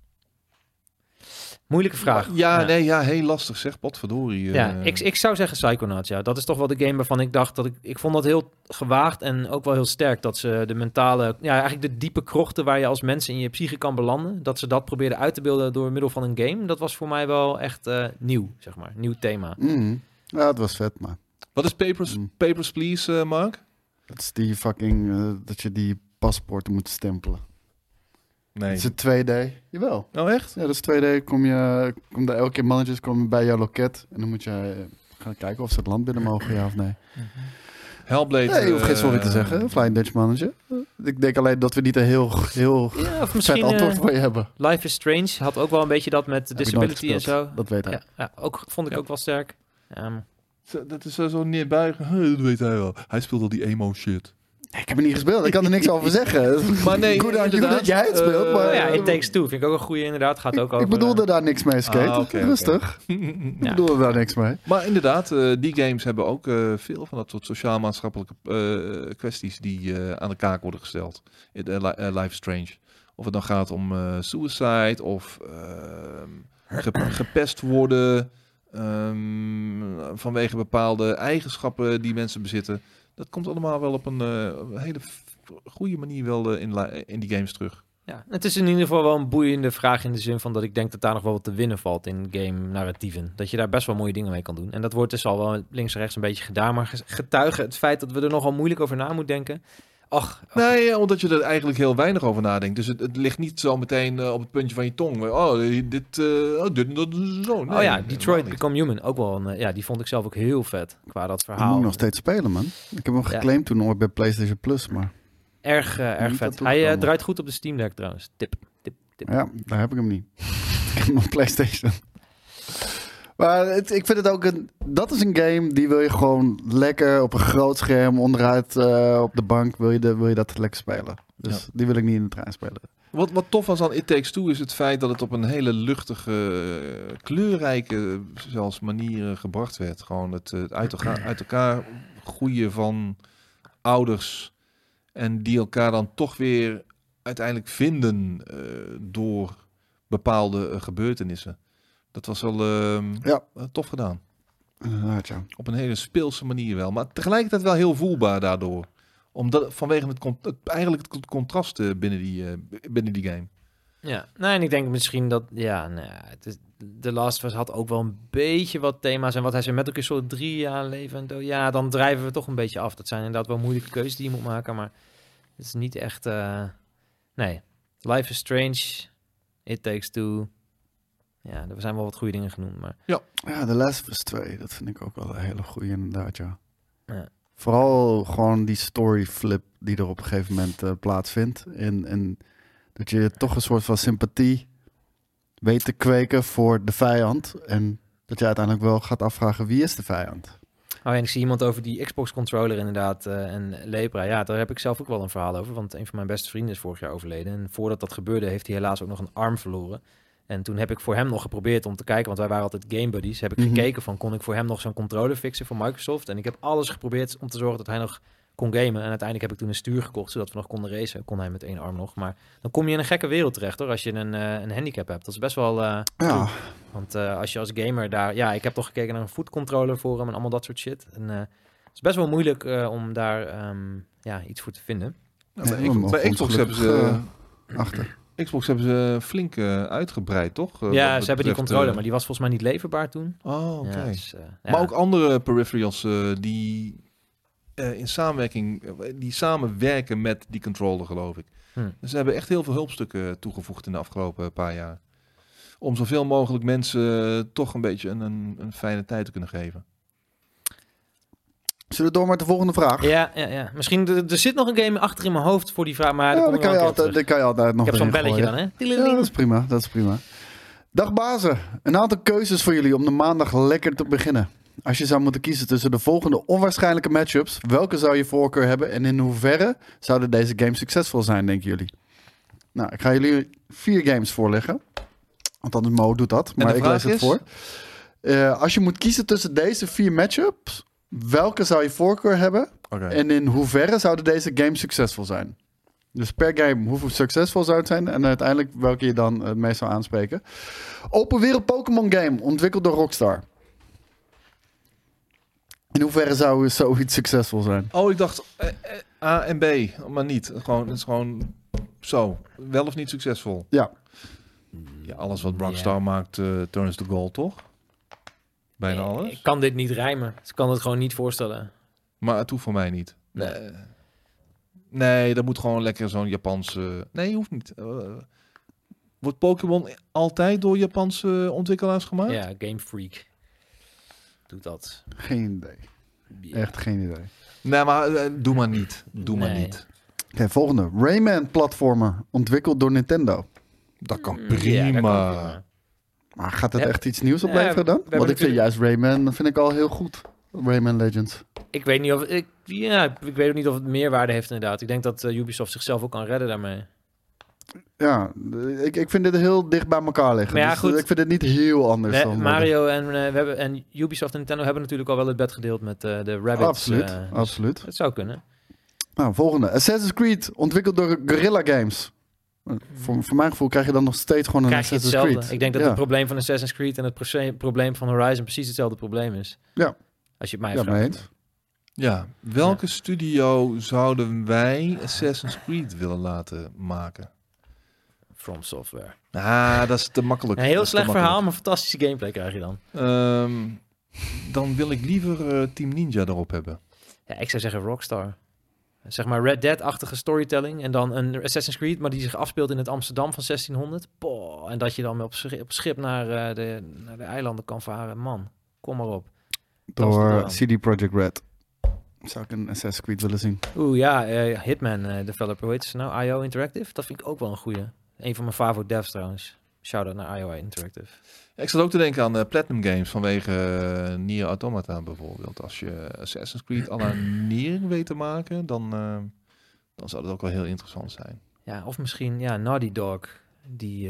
Moeilijke vraag. Ja, ja. nee, ja, heel lastig zeg, potverdorie. Uh, ja, ik, ik zou zeggen Psychonauts, ja. Dat is toch wel de game waarvan ik dacht dat ik... Ik vond dat heel gewaagd en ook wel heel sterk. Dat ze de mentale... Ja, eigenlijk de diepe krochten waar je als mens in je psyche kan belanden. Dat ze dat probeerden uit te beelden door middel van een game. Dat was voor mij wel echt uh, nieuw, zeg maar. Nieuw thema. Mm. Ja, het was vet, maar... Wat is Papers, mm. Papers Please, uh, Mark? Dat is die fucking... Uh, dat je die paspoorten moet stempelen. Nee. Het is een twee D. Jawel. Oh, echt? Ja, dat is twee D. Kom je, kom daar elke keer mannetjes komen bij jouw loket. En dan moet je uh, gaan kijken of ze het land binnen mogen, ja of nee. Mm-hmm. Hellblade... Nee, je hoeft geen sorry te zeggen. Flying Dutch mannetje. Uh, ik denk alleen dat we niet een heel, heel ja, of vet antwoord uh, voor je hebben. Life is Strange had ook wel een beetje dat met disability en zo. Dat weet hij. Ja, ja, ook, vond ik ja. ook wel sterk. Um, zo, dat is zo, zo neerbuigen. Huh, dat weet hij wel. Hij speelt al die emo shit. Ik heb het niet gespeeld, ik kan er niks over zeggen. Maar nee, goed aan dat jij het speelt. Uh, maar, ja, It Takes Two vind ik ook een goede inderdaad. Gaat ook ik, over... Ik bedoelde uh, daar niks mee, Skate. Ah, okay, Rustig. Okay. Ik ja. bedoelde daar niks mee. Maar inderdaad, uh, die games hebben ook uh, veel van dat soort sociaal-maatschappelijke uh, kwesties die uh, aan de kaak worden gesteld. In, uh, uh, Life is Strange. Of het dan gaat om uh, suicide of uh, ge gepest worden um, vanwege bepaalde eigenschappen die mensen bezitten. Dat komt allemaal wel op een uh, hele goede manier wel uh, in, in die games terug. Ja, het is in ieder geval wel een boeiende vraag in de zin van dat ik denk dat daar nog wel wat te winnen valt in game-narratieven. Dat je daar best wel mooie dingen mee kan doen. En dat wordt dus al wel links en rechts een beetje gedaan, maar getuigen het feit dat we er nogal moeilijk over na moeten denken. Ach, ach. Nee, omdat je er eigenlijk heel weinig over nadenkt. Dus het, het ligt niet zo meteen uh, op het puntje van je tong. Oh, dit, uh, oh, dit, dat is zo. Nee, oh ja, Detroit Become Human. Ook wel een, ja, die vond ik zelf ook heel vet qua dat verhaal. Ik moet nog steeds spelen, man. Ik heb hem ja. geclaimd toen ooit bij PlayStation Plus, maar... Erg, uh, erg vet. Hij uh, draait goed op de Steam Deck trouwens. Tip, tip, tip. Ja, daar heb ik hem niet. Ik heb hem op PlayStation. Maar het, ik vind het ook een... Dat is een game die wil je gewoon lekker op een groot scherm onderuit uh, op de bank wil je, de, wil je dat lekker spelen. Dus ja. die wil ik niet in de trein spelen. Wat, wat tof was aan It Takes Two is het feit dat het op een hele luchtige, kleurrijke zelfs manier gebracht werd. Gewoon het, het uit, elkaar, uit elkaar groeien van ouders en die elkaar dan toch weer uiteindelijk vinden uh, door bepaalde uh, gebeurtenissen. Dat was wel uh, ja. uh, tof gedaan. Inderdaad, ja. Op een hele speelse manier wel. Maar tegelijkertijd wel heel voelbaar daardoor. Omdat, vanwege het, het eigenlijk het contrast uh, binnen, die, uh, binnen die game. Ja, nou, en ik denk misschien dat... Ja, nou, het is, The Last of Us had ook wel een beetje wat thema's. En wat hij zei, met elkaar soort drie jaar leven en dood. Ja, dan drijven we toch een beetje af. Dat zijn inderdaad wel moeilijke keuzes die je moet maken. Maar het is niet echt... Uh, nee. Life is Strange. It Takes Two... Ja, er zijn wel wat goede dingen genoemd, maar... Ja, ja The Last of Us twee, dat vind ik ook wel een hele goede inderdaad, ja. ja. Vooral gewoon die story flip die er op een gegeven moment uh, plaatsvindt. En, en dat je toch een soort van sympathie weet te kweken voor de vijand. En dat je uiteindelijk wel gaat afvragen, wie is de vijand? Oh, en ik zie iemand over die Xbox-controller inderdaad uh, en Lepra. Ja, daar heb ik zelf ook wel een verhaal over, want een van mijn beste vrienden is vorig jaar overleden. En voordat dat gebeurde heeft hij helaas ook nog een arm verloren. En toen heb ik voor hem nog geprobeerd om te kijken, want wij waren altijd game buddies. Heb ik mm-hmm. gekeken van, kon ik voor hem nog zo'n controller fixen van Microsoft? En ik heb alles geprobeerd om te zorgen dat hij nog kon gamen. En uiteindelijk heb ik toen een stuur gekocht, zodat we nog konden racen. Kon hij met één arm nog. Maar dan kom je in een gekke wereld terecht, hoor, als je een, uh, een handicap hebt. Dat is best wel... Uh, ja. Want uh, als je als gamer daar... Ja, ik heb toch gekeken naar een voetcontroller voor hem en allemaal dat soort shit. En uh, het is best wel moeilijk uh, om daar um, ja, iets voor te vinden. Nou, bij, ja, bij Xbox hebben ze... Uh, achter. Xbox hebben ze flink uh, uitgebreid, toch? Uh, ja, wat ze hebben die betreft, controller, uh, maar die was volgens mij niet leverbaar toen. Oh, oké. Ja, dus, uh, maar ja. ook andere peripherals uh, die uh, in samenwerking, uh, die samenwerken met die controller, geloof ik. Hm. Dus ze hebben echt heel veel hulpstukken toegevoegd in de afgelopen paar jaar. Om zoveel mogelijk mensen uh, toch een beetje een, een, een fijne tijd te kunnen geven. Zullen we door met de volgende vraag? Ja, ja, ja. Misschien, er, er zit nog een game achter in mijn hoofd voor die vraag, maar Ja, daar dan kom ik kan, je wel een keer altijd, dan op terug. kan je altijd nog Ik heb zo'n erin belletje gooien. dan, hè? Ja, dat is prima, dat is prima. Dag bazen, een aantal keuzes voor jullie om de maandag lekker te beginnen. Als je zou moeten kiezen tussen de volgende onwaarschijnlijke matchups, welke zou je voorkeur hebben en in hoeverre zouden deze games succesvol zijn, denken jullie? Nou, ik ga jullie vier games voorleggen. Althans, Mo doet dat, maar ik lees het is? voor. Uh, als je moet kiezen tussen deze vier matchups, welke zou je voorkeur hebben? Okay. En in hoeverre zouden deze games succesvol zijn? Dus per game hoeveel succesvol zou het zijn en uiteindelijk welke je dan het meest zou aanspreken. Open wereld Pokémon game, ontwikkeld door Rockstar. In hoeverre zou zoiets succesvol zijn? Oh, ik dacht eh, eh, A en B, maar niet. Gewoon, het is gewoon zo. Wel of niet succesvol? Ja. Ja, alles wat Rockstar Ja. maakt, uh, turns to gold, toch? Bijna Ik- alles. Ik kan dit niet rijmen. Ik kan het gewoon niet voorstellen. Maar het hoeft voor mij niet. Nee. Nee, nee dat moet gewoon lekker zo'n Japanse... Nee, hoeft niet. Uh, wordt Pokémon altijd door Japanse ontwikkelaars gemaakt? Ja, Game Freak doet dat. Geen idee. Ja. Echt geen idee. Nee, maar uh, doe maar niet. Doe maar Nee. niet. Oké, volgende. Rayman platformer, ontwikkeld door Nintendo. Dat kan Mm, prima. ja, dat kan prima. Maar gaat het Ja. echt iets nieuws Ja, opleveren dan? we hebben Want ik vind natuurlijk- juist Rayman, dat vind ik al heel goed. Rayman Legends. Ik weet niet of ik, ja, ik weet ook niet of het meerwaarde heeft inderdaad. Ik denk dat uh, Ubisoft zichzelf ook kan redden daarmee. Ja, ik, ik vind dit heel dicht bij elkaar liggen. Maar ja, dus goed. ik vind het niet heel anders We- dan worden. Mario en, uh, we hebben, en Ubisoft en Nintendo hebben natuurlijk al wel het bed gedeeld met uh, de Rabbids. Absoluut, uh, dus absoluut. Het zou kunnen. Nou, volgende. Assassin's Creed, ontwikkeld door Guerrilla Games. Voor, voor mijn gevoel krijg je dan nog steeds gewoon een Krijg je Assassin's hetzelfde. Creed. Ik denk dat ja. het probleem van Assassin's Creed en het proce- probleem van Horizon precies hetzelfde probleem is. Ja. Als je het mij Ja, vraagt. mee eens. Ja, welke studio zouden wij Assassin's Creed willen laten maken? From Software. Ah, dat is te makkelijk. Een heel Dat is te slecht verhaal, makkelijk. maar fantastische gameplay krijg je dan. Ehm, dan wil ik liever uh, Team Ninja erop hebben. Ja, ik zou zeggen Rockstar. Zeg maar Red Dead-achtige storytelling. En dan een Assassin's Creed, maar die zich afspeelt in het Amsterdam van zestienhonderd. Poh, en dat je dan op schip, op schip naar, uh, de, naar de eilanden kan varen. Man, kom maar op. Dat is de Door droom. C D Projekt Red. Zou ik een Assassin's Creed willen zien. Oeh, ja, uh, Hitman uh, developer, hoe heet ze nou? I O Interactive? Dat vind ik ook wel een goeie. Een van mijn favo devs trouwens. Shout-out naar I O Interactive. Ja, ik zat ook te denken aan uh, Platinum Games vanwege uh, Nier Automata bijvoorbeeld. Als je Assassin's Creed à la Nier weet te maken, dan, uh, dan zou dat ook wel heel interessant zijn. Ja, of misschien, ja, Naughty Dog. Die, uh,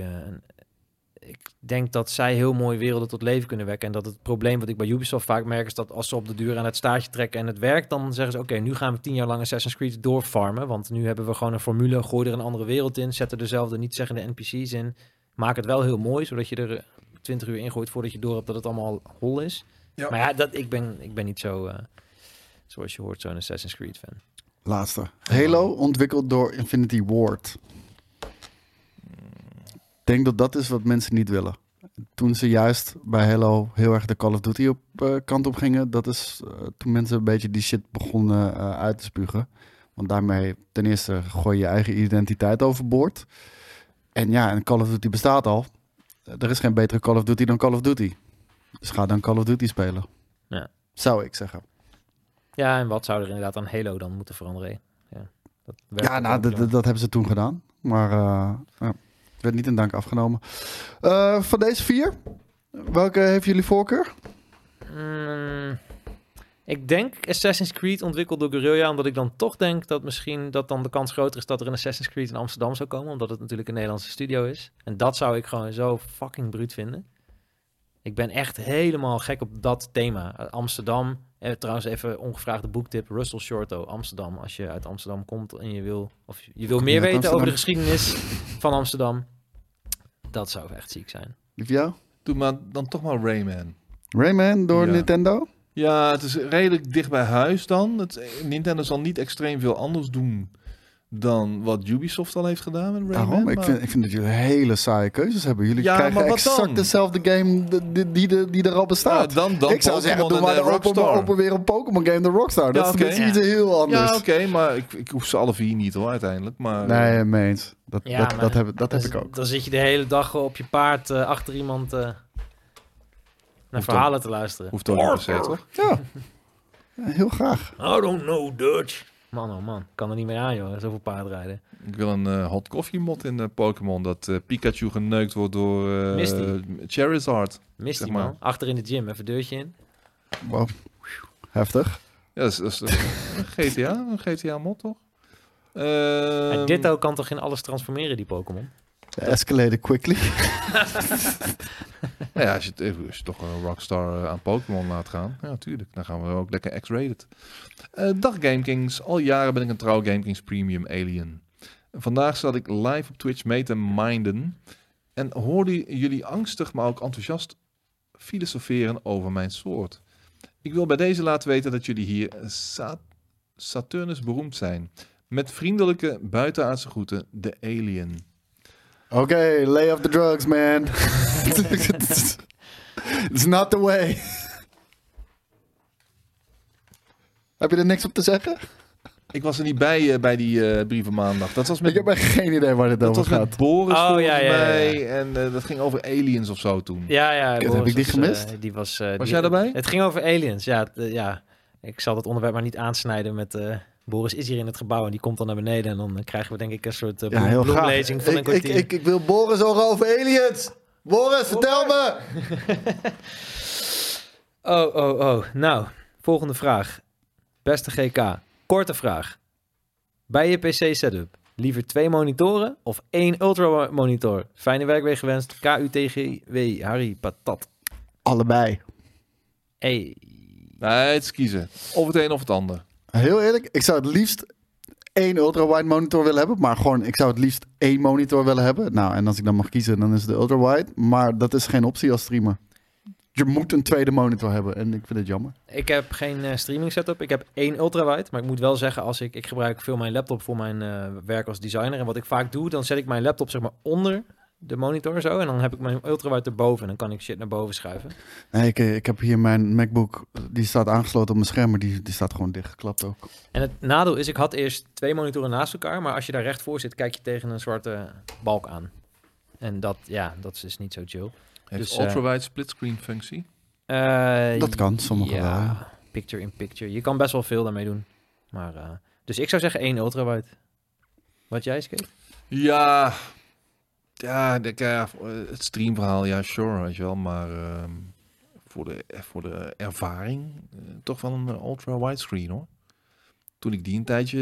ik denk dat zij heel mooie werelden tot leven kunnen wekken. En dat het probleem wat ik bij Ubisoft vaak merk is dat als ze op de duur aan het staartje trekken en het werkt, dan zeggen ze, oké, okay, nu gaan we tien jaar lang Assassin's Creed doorfarmen. Want nu hebben we gewoon een formule, gooi er een andere wereld in, zet er dezelfde niet-zeggende N P C's in. Maak het wel heel mooi, zodat je er twintig uur ingooit voordat je door hebt dat het allemaal hol is. Ja. Maar ja, dat, ik, ben, ik ben niet zo, uh, zoals je hoort, zo'n Assassin's Creed fan. Laatste. Halo, ontwikkeld door Infinity Ward. Ik denk dat dat is wat mensen niet willen. Toen ze juist bij Halo heel erg de Call of Duty op uh, kant op gingen, dat is uh, toen mensen een beetje die shit begonnen uh, uit te spugen. Want daarmee ten eerste gooi je je eigen identiteit overboord. En ja, en Call of Duty bestaat al. Er is geen betere Call of Duty dan Call of Duty. Dus ga dan Call of Duty spelen. Ja. Zou ik zeggen. Ja, en wat zou er inderdaad aan Halo dan moeten veranderen? Ja, dat werkt Ja, ook nou, wel. dat, dat hebben ze toen gedaan. Maar uh, ja, het werd niet in dank afgenomen. Uh, van deze vier, welke heeft jullie voorkeur? Mm, ik denk Assassin's Creed ontwikkeld door Guerrilla, omdat ik dan toch denk dat misschien dat dan de kans groter is dat er een Assassin's Creed in Amsterdam zou komen, omdat het natuurlijk een Nederlandse studio is. En dat zou ik gewoon zo fucking bruut vinden. Ik ben echt helemaal gek op dat thema. Amsterdam, eh, trouwens even ongevraagde boektip, Russell Shorto, Amsterdam. Als je uit Amsterdam komt en je wil, of je wil Kom meer je uit weten over de Amsterdam? geschiedenis van Amsterdam, dat zou echt ziek zijn. Die voor jou? Doe maar dan toch maar Rayman. Rayman door Ja. Nintendo? Ja, het is redelijk dicht bij huis dan. Het, Nintendo zal niet extreem veel anders doen dan wat Ubisoft al heeft gedaan met Rayman. Daarom, ik maar- vind, ik vind dat jullie hele saaie keuzes hebben. Jullie Ja, krijgen maar wat exact dan? dezelfde game die, die, die, die, die er al Ja, bestaat. dan, dan ik zou zeggen, Pokémon doe maar en, de eh, open, Rockstar. open weer een Pokémon game, de Rockstar. Dat Ja, is oké. tenminste iets heel anders. Ja, oké, maar ik, ik hoef ze alle vier niet hoor, uiteindelijk. Maar, Nee, mee eens. Dat, Ja, dat, maar dat, heb, dat heb dan, ik ook. Dan zit je de hele dag op je paard uh, achter iemand uh, naar Hoeft verhalen te luisteren. Hoeft ook niet per se, toch? Ja. Ja, heel graag. I don't know Dutch. Man, oh man, kan er niet meer aan, joh. Zoveel paardrijden. Ik wil een uh, hot coffee mod in uh, Pokémon. Dat uh, Pikachu geneukt wordt door uh, Misty. Charizard. Mist Zeg die, maar. man. Achter in de gym, even deurtje in. Wow. Heftig. Ja, dat is, dat is uh, een G T A, een G T A mod toch? Uh, En Ditto kan toch in alles transformeren, die Pokémon? Escalated quickly. ja, als, je, het- als je toch een Rockstar uh, aan Pokémon laat gaan. Ja, tuurlijk. Dan gaan we ook lekker X-rated. Uh, dag GameKings. Al jaren ben ik een trouw GameKings Premium Alien. Vandaag zat ik live op Twitch mee te minden. En hoorde jullie angstig, maar ook enthousiast filosoferen over mijn soort. Ik wil bij deze laten weten dat jullie hier Sa- Saturnus beroemd zijn. Met vriendelijke buitenaardse groeten, de Alien. Oké, okay, lay off the drugs, man. It's not the way. Heb je er niks op te zeggen? Ik was er niet bij uh, bij die uh, brieven maandag. Dat was met, Ik heb echt geen idee waar dit dat over was gaat. met Boris Oh, volgens ja, ja, ja, ja. mij. En uh, dat ging over aliens of zo toen. Ja, ja. Kut, Boris heb ik die was, gemist? uh, die was, uh, Was die- jij daarbij? Het ging over aliens, ja. t- uh, ja. Ik zal dat onderwerp maar niet aansnijden met... Uh, Boris is hier in het gebouw en die komt dan naar beneden. En dan uh, krijgen we denk ik een soort uh, Ja, bloem- heel graag. bloemlezing van een Ik, ik, kwartier. ik, ik wil Boris horen over aliens. Boris, vertel me. Oh, oh, oh. Nou, volgende vraag. Beste G K, korte vraag. Bij je P C-setup, liever twee monitoren of één ultra-monitor? Fijne werkweek gewenst. K U T G W, Harry Patat. Allebei. Hey. Nee, het is kiezen. Of het een of het ander. Heel eerlijk, ik zou het liefst één ultra-wide monitor willen hebben. Maar gewoon, ik zou het liefst één monitor willen hebben. Nou, en als ik dan mag kiezen, dan is het de ultra-wide. Maar dat is geen optie als streamer. Je moet een tweede monitor hebben. En ik vind het jammer. Ik heb geen uh, streaming setup. Ik heb één ultrawide. Maar ik moet wel zeggen, als ik, ik gebruik veel mijn laptop voor mijn uh, werk als designer. En wat ik vaak doe, dan zet ik mijn laptop zeg maar onder de monitor zo. En dan heb ik mijn ultrawide erboven. En dan kan ik shit naar boven schuiven. Nee, ik, ik heb hier mijn MacBook. Die staat aangesloten op mijn scherm. Maar die, die staat gewoon dichtgeklapt ook. En het nadeel is, ik had eerst twee monitoren naast elkaar. Maar als je daar recht voor zit, kijk je tegen een zwarte balk aan. En dat, ja, dat is dus niet zo chill. Heeft Dus, ultrawide splitscreen functie? Uh, Dat kan, sommige wel, ja, ja. picture in picture. Je kan best wel veel daarmee doen. Maar, uh, dus ik zou zeggen één ultrawide. Wat jij, Skate? Ja, ja, de, ja, het streamverhaal, ja, sure, weet je wel. Maar uh, voor, de, voor de ervaring uh, toch wel een uh, ultra widescreen hoor. Toen ik die een tijdje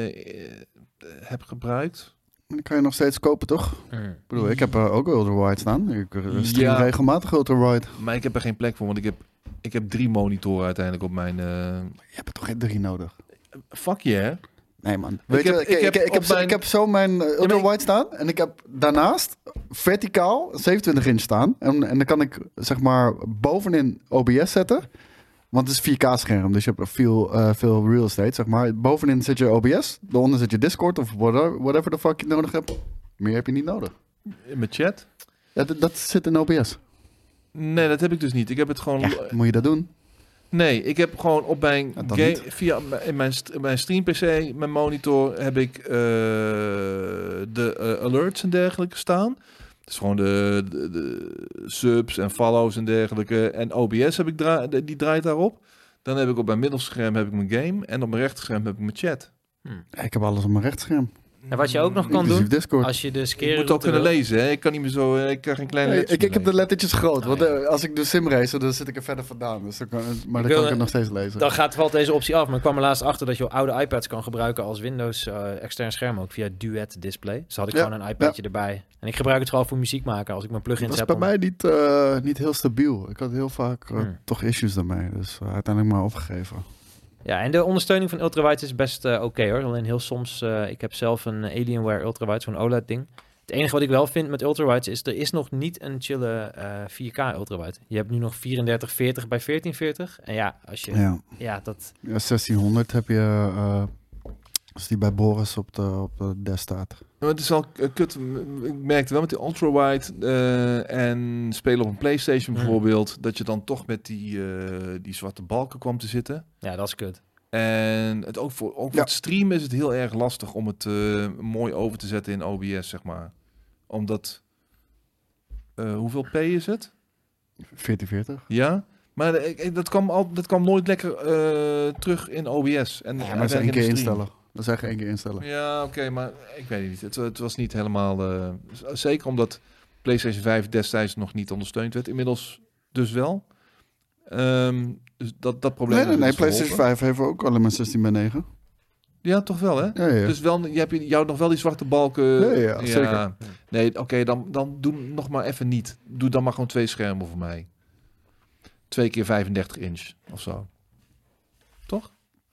uh, heb gebruikt. Dan kan je nog steeds kopen, toch? Mm. Ik bedoel, ik heb uh, ook ultra-wide staan. Ik uh, stream Ja. regelmatig ultra-wide. Maar ik heb er geen plek voor, want ik heb, ik heb drie monitoren uiteindelijk op mijn... Uh, Je hebt er toch geen drie nodig? fuck yeah. Nee, man. Weet heb- je, ik ik, heb ik, ik, op heb, zo- mijn- ik heb zo mijn uh, ultra-wide staan. En ik heb daarnaast verticaal zevenentwintig inch staan. En, en dan kan ik zeg maar bovenin O B S zetten. Want het is vier K scherm, dus je hebt veel, uh, veel real estate, zeg maar. Bovenin zit je O B S, daaronder zit je Discord of whatever, whatever the fuck je nodig hebt. Meer heb je niet nodig. In mijn chat? Ja, dat, dat zit in O B S. Nee, dat heb ik dus niet. Ik heb het gewoon... Ja, moet je dat doen? Nee, ik heb gewoon op mijn Ja, dan game, niet. via m- in mijn, st- mijn stream P C, mijn monitor, heb ik uh, de uh, alerts en dergelijke staan. Dus gewoon de, de, de subs en follows en dergelijke. En O B S heb ik dra- die draait daarop. Dan heb ik op mijn middelscherm heb ik mijn game en op mijn rechterscherm heb ik mijn chat. Ja, ik heb alles op mijn rechtscherm. En wat je ook nog kan Inclusief doen, Discord. als je de Ik skeren moet ook kunnen lezen, hè? Ik kan niet meer zo, eh, ik kan geen kleine Nee, letters ik, ik meer heb de lezen. lettertjes groot, Oh, want ja. eh, als ik de sim race, dan zit ik er verder vandaan. Dus dan kan, maar dan wil kan ik een- het nog steeds lezen. Dan gaat valt deze optie af. Maar ik kwam er laatst achter dat je oude iPads kan gebruiken als Windows uh, extern scherm ook via Duet Display. Dus had ik Ja, gewoon een iPadje erbij. En ik gebruik het vooral voor muziek maken als ik mijn plugins Dat is heb. bij om- mij niet, eh, niet heel stabiel. Ik had heel vaak eh, Hmm. toch issues daarmee. Dus uh, uiteindelijk maar opgegeven. Ja, en de ondersteuning van ultrawide is best uh, oké okay, hoor. Alleen heel soms, uh, ik heb zelf een Alienware ultrawide, zo'n O L E D ding. Het enige wat ik wel vind met ultrawides is, er is nog niet een chille uh, vier K ultrawide. Je hebt nu nog vierendertig veertig bij veertien veertig. En ja, als je, ja, Ja. ja dat... Ja, zestienhonderd heb je, uh, Als die bij Boris op de, op de desk staat. Maar het is al uh, kut. Ik merkte wel met die ultrawide uh, en spelen op een PlayStation Mm. bijvoorbeeld, dat je dan toch met die, uh, die zwarte balken kwam te zitten. Ja, dat is kut. En het ook voor, ook voor Ja. het streamen is het heel erg lastig om het uh, mooi over te zetten in O B S, zeg maar. Omdat, uh, hoeveel P is het? veertien veertig. Ja, maar uh, dat kwam, al, dat kwam nooit lekker uh, terug in O B S. En, Ja, maar dat is één keer instellen. Dat is echt één keer instellen. Ja, oké, okay, maar ik weet het niet. Het, het was niet helemaal... Uh, zeker omdat PlayStation vijf destijds nog niet ondersteund werd. Inmiddels dus wel. Um, dus dat, dat probleem... Nee, nee, nee dus PlayStation vijf heeft ook alleen maar zestien bij negen. Ja, toch wel, hè? Ja, ja. Dus wel, je hebt jou nog wel die zwarte balken... Ja, ja, ja, zeker. Nee, oké, okay, dan, dan doe nog maar even niet. Doe dan maar gewoon twee schermen voor mij. Twee keer vijfendertig inch of zo. Toch?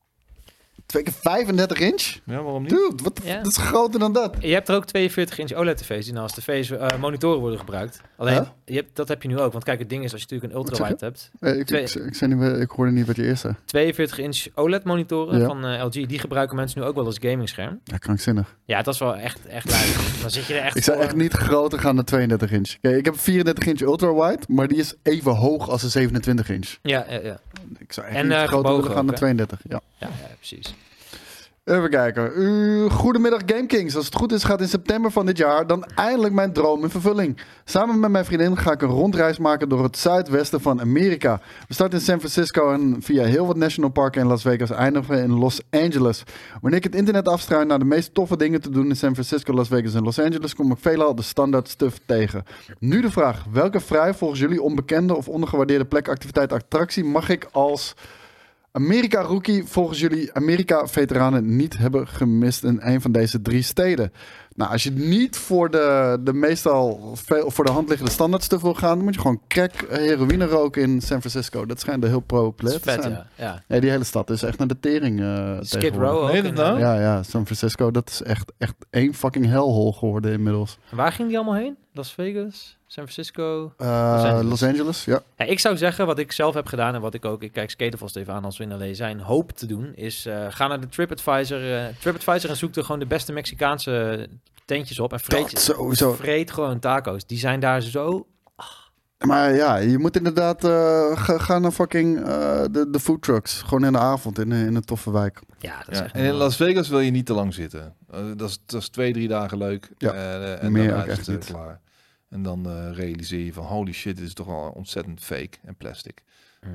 Twee keer vijfendertig inch? Ja, waarom niet? Dude, wat, Ja. dat is groter dan dat. Je hebt er ook tweeënveertig inch O L E D-tv's die nou als tv's uh, monitoren worden gebruikt. Alleen, Huh? je hebt, dat heb je nu ook. Want kijk, het ding is, als je natuurlijk een ultrawide hebt... Eh, ik, Twee- ik, ik, zei niet, ik hoorde niet wat je eerst zei. tweeënveertig inch O L E D-monitoren Ja. van uh, L G, die gebruiken mensen nu ook wel als gamingscherm. Ja, krankzinnig. Ja, dat is wel echt, echt leuk. Dan zit je er echt Ik zou voor. echt niet groter gaan dan tweeëndertig inch. Kijk, ik heb een vierendertig inch ultra-wide, maar die is even hoog als een zevenentwintig inch. Ja, ja, ja. Ik zou echt En, niet uh, groter gebogen willen gaan ook, dan hè? tweeëndertig. Ja. Ja, ja, precies. Even kijken. Uh, goedemiddag GameKings. Als het goed is gaat in september van dit jaar dan eindelijk mijn droom in vervulling. Samen met mijn vriendin ga ik een rondreis maken door het zuidwesten van Amerika. We starten in San Francisco en via heel wat national parken in Las Vegas eindigen we in Los Angeles. Wanneer ik het internet afstruin naar de meest toffe dingen te doen in San Francisco, Las Vegas en Los Angeles, kom ik veelal de standaard stuff tegen. Nu de vraag. Welke vrij volgens jullie onbekende of ondergewaardeerde plek, activiteit, attractie mag ik als Amerika-rookie volgens jullie Amerika-veteranen niet hebben gemist in een van deze drie steden? Nou, als je niet voor de, de meestal veel, voor de hand liggende standaard stuff wil gaan, dan moet je gewoon crack heroïne roken in San Francisco. Dat schijnt er heel Dat populair is te vet, zijn. ja. ja. Nee, die hele stad is echt naar de tering uh, Skid Row ook. Nee, dat in, nou? uh, Ja, ja, San Francisco, dat is echt, echt één fucking hellhole geworden inmiddels. Waar ging die allemaal heen? Las Vegas? San Francisco? Uh, Angeles. Los Angeles, ja. Ja, ik zou zeggen, wat ik zelf heb gedaan en wat ik ook, ik kijk Skater vast even aan als we in L A zijn, hoop te doen, is uh, ga naar de TripAdvisor, uh, TripAdvisor en zoek er gewoon de beste Mexicaanse tentjes op en vreet, Dat sowieso. vreet gewoon taco's. Die zijn daar zo... Maar ja, je moet inderdaad uh, ga, ga naar fucking uh, de, de food trucks. Gewoon in de avond in, in een toffe wijk. Ja, dat is Ja, echt... en in Las Vegas wil je niet te lang zitten. Uh, dat, is, dat is twee, drie dagen leuk. Ja, uh, en meer daarna ook is echt het, uh, niet. klaar. En dan uh, realiseer je van holy shit, dit is toch wel ontzettend fake en plastic. Hmm.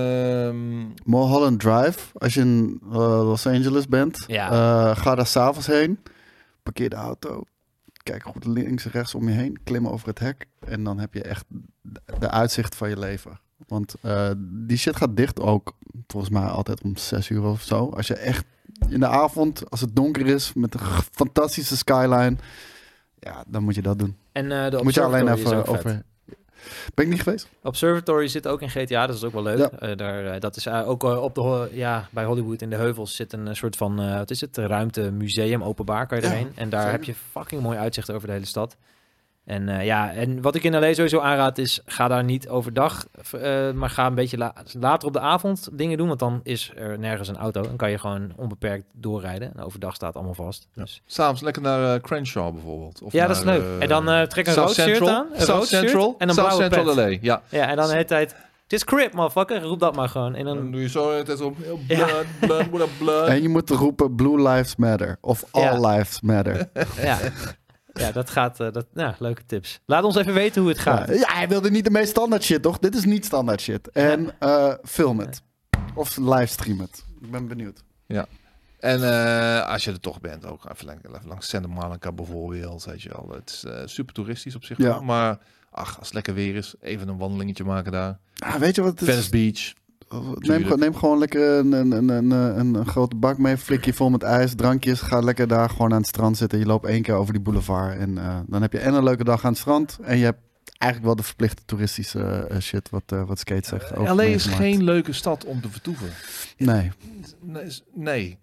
Um, Mulholland Drive, als je in uh, Los Angeles bent, Ja. uh, ga daar s'avonds heen. Parkeer de auto. Kijk goed links en rechts om je heen. Klim over het hek. En dan heb je echt de uitzicht van je leven. Want uh, die shit gaat dicht ook, volgens mij altijd om zes uur of zo. Als je echt in de avond, als het donker is, met een g- fantastische skyline, ja, dan moet je dat doen. En uh, de Moet je alleen Observatory is even ook vet. over... Ben ik niet geweest? Observatory zit ook in G T A, dat is ook wel leuk. Ja. Uh, daar, uh, dat is uh, ook uh, op de, ho- ja, bij Hollywood in de heuvels zit een uh, soort van, uh, wat is het, ruimte, museum, openbaar kan je Ja, erheen. En daar zeker. heb je fucking mooi uitzicht over de hele stad. En uh, ja, en wat ik in L A sowieso aanraad is, ga daar niet overdag, uh, maar ga een beetje la- later op de avond dingen doen, want dan is er nergens een auto en kan je gewoon onbeperkt doorrijden. En overdag staat allemaal vast. ja. Dus. S'avonds lekker naar uh, Crenshaw bijvoorbeeld. Of Ja, dat is naar, leuk. uh, en dan uh, trek een South rood shirt Central, aan, een South rood shirt Central, en een South blauwe Central pet. L A, ja. Ja, en dan de hele tijd, this crib, motherfucker, roep dat maar gewoon. En Dan dan, doe je zo het is op blood, Ja. blood, blood, blood. En je moet roepen Blue Lives Matter. Of All Ja. Lives Matter. ja. Ja, dat gaat, uh, dat, ja, leuke tips. Laat ons even weten hoe het gaat. Ja, ja, hij wilde niet de meest standaard shit, toch? Dit is niet standaard shit. En uh, film het. Of livestream het. Ik ben benieuwd. En uh, als je er toch bent, ook even, lang, even langs Santa Monica bijvoorbeeld, weet je wel. Het is uh, super toeristisch op zich Ja. wel, maar ach, als het lekker weer is, even een wandelingetje maken daar. Ah, weet je wat het is? Venice Beach. Neem, gewoon- neem gewoon lekker een, een, een, een, een, een grote bak mee, flikje vol met ijs, drankjes. Ga lekker daar gewoon aan het strand zitten. Je loopt één keer over die boulevard. En uh, dan heb je en een leuke dag aan het strand. En je hebt eigenlijk wel de verplichte toeristische uh, shit, wat, uh, wat Skate zegt. L A is geen leuke stad om te vertoeven. Nee. Nee, is- nee.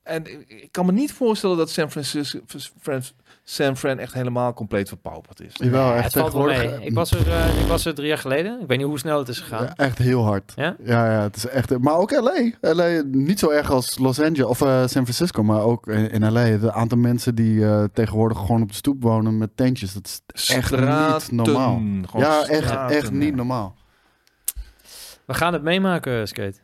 En ik, ik kan me niet voorstellen dat San Francisco, Fran, San Fran echt helemaal compleet verpauperd is. Jawel, Ja, echt het valt wel tegenwoordig, mee. Ik was, er, uh, ik was er drie jaar geleden. Ik weet niet hoe snel het is gegaan. Ja, echt heel hard. Ja? Ja, ja, het is echt. Maar ook L A. L A niet zo erg als Los Angeles of uh, San Francisco, maar ook in, in L A. Het aantal mensen die uh, tegenwoordig gewoon op de stoep wonen met tentjes, dat is echt Straten, niet normaal. gewoon Ja, echt, straten, echt niet ja. normaal. We gaan het meemaken, Skate.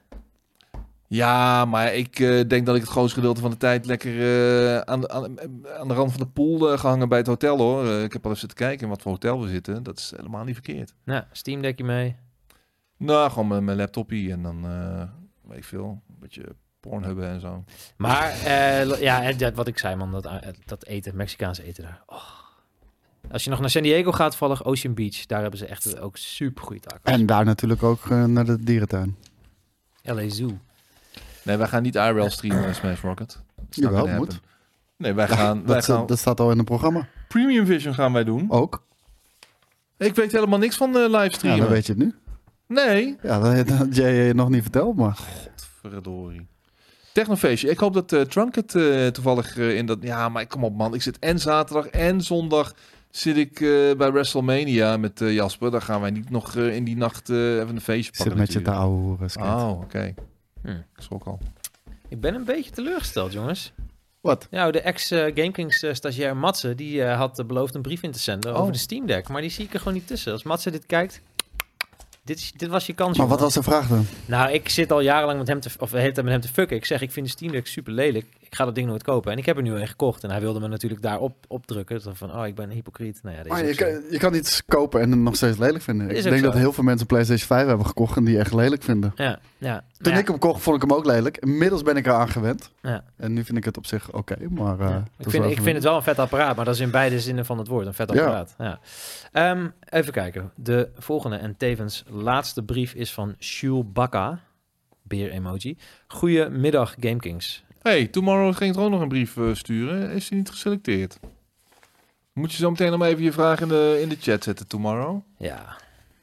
Ja, maar ik uh, denk dat ik het grootste gedeelte van de tijd lekker uh, aan, aan, aan de rand van de pool uh, gehangen bij het hotel, hoor. Uh, ik heb al even zitten kijken in wat voor hotel we zitten. Dat is helemaal niet verkeerd. Nou, Steam Deckje mee. Nou, gewoon met mijn laptopje en dan, uh, weet ik veel, een beetje Pornhubben en zo. Maar, uh, ja, en dat, wat ik zei, man, dat, dat eten, Mexicaanse eten daar. Oh. Als je nog naar San Diego gaat, vallig Ocean Beach. Daar hebben ze echt ook super goede tacos. En daar natuurlijk ook uh, naar de dierentuin. L A Zoo. Nee, wij gaan niet I R L streamen in Smash Rocket. Jawel, moet. Nee, wij gaan... Ja, wij dat, gaan dat staat al in het programma. Premium Vision gaan wij doen. Ook. Ik weet helemaal niks van de Ja, livestreamen. dan weet je het nu. Nee. Ja, dat had jij je nog niet verteld, maar... Verdorie. Technofeestje. Ik hoop dat uh, Trunk het uh, toevallig uh, in dat... Ja, maar kom op, man. Ik zit en zaterdag en zondag zit ik uh, bij WrestleMania met uh, Jasper. Dan gaan wij niet nog uh, in die nacht uh, even een feestje Ik zit pakken. met je te ouwe hoeren, Skate. Oh, oké. Okay. Hm. Ik schrok al. Ik ben een beetje teleurgesteld, jongens. Wat? Nou, de ex-GameKings-stagiair Matze, die uh, had uh, beloofd een brief in te zenden Oh. over de Steam Deck. Maar die zie ik er gewoon niet tussen. Als Matze dit kijkt, dit, is, dit was je kans. Maar wat jongen. was de vraag dan? Nou, ik zit al jarenlang met hem te, of de hele tijd met hem te fucken. Ik zeg, ik vind de Steam Deck super lelijk. Ik ga dat ding nooit kopen. En ik heb er nu een gekocht. En hij wilde me natuurlijk daarop opdrukken. Dan van, oh, ik ben een hypocriet. Nou ja, deze Maar is je, ook zo. kan, je kan iets kopen en het nog steeds lelijk vinden. Is Ik ook denk zo. dat heel veel mensen een PlayStation vijf hebben gekocht en die echt lelijk vinden. Ja, ja. Toen Maar ja, ik hem kocht, vond ik hem ook lelijk. Inmiddels ben ik eraan gewend. ja. En nu vind ik het op zich oké. maar uh, Ja. het Ik, is vind, wel ik even- vind het wel een vet apparaat, maar dat is in beide zinnen van het woord. Een vet Ja. apparaat. Ja. Ehm, even kijken. De volgende en tevens laatste brief is van Chewbacca. Beer emoji. Goedemiddag, GameKings. Hey, Tomorrow ging er ook nog een brief uh, sturen. Is hij niet geselecteerd? Moet je zo meteen nog maar even je vraag in de, in de chat zetten, Tomorrow? Ja,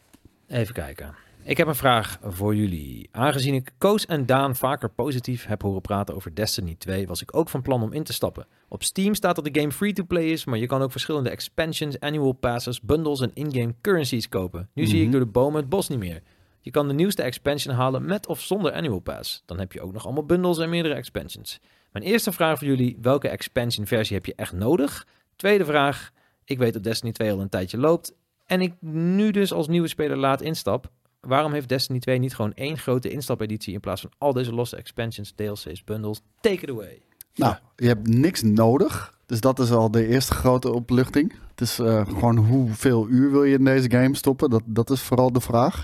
even kijken. Ik heb een vraag voor jullie. Aangezien ik Koos en Daan vaker positief heb horen praten over Destiny twee, was ik ook van plan om in te stappen. Op Steam staat dat de game free-to-play is, maar je kan ook verschillende expansions, annual passes, bundles en in-game currencies kopen. Nu zie ik Mhm. door de bomen het bos niet meer. Je kan de nieuwste expansion halen met of zonder annual pass. Dan heb je ook nog allemaal bundles en meerdere expansions. Mijn eerste vraag voor jullie, welke expansion versie heb je echt nodig? Tweede vraag, ik weet dat Destiny twee al een tijdje loopt en ik nu dus als nieuwe speler laat instap. Waarom heeft Destiny twee niet gewoon één grote instapeditie in plaats van al deze losse expansions, D L C's, bundles? Take it away. Nou, je hebt niks nodig. Dus dat is al de eerste grote opluchting. Het is uh, gewoon hoeveel uur wil je in deze game stoppen? Dat, dat is vooral de vraag.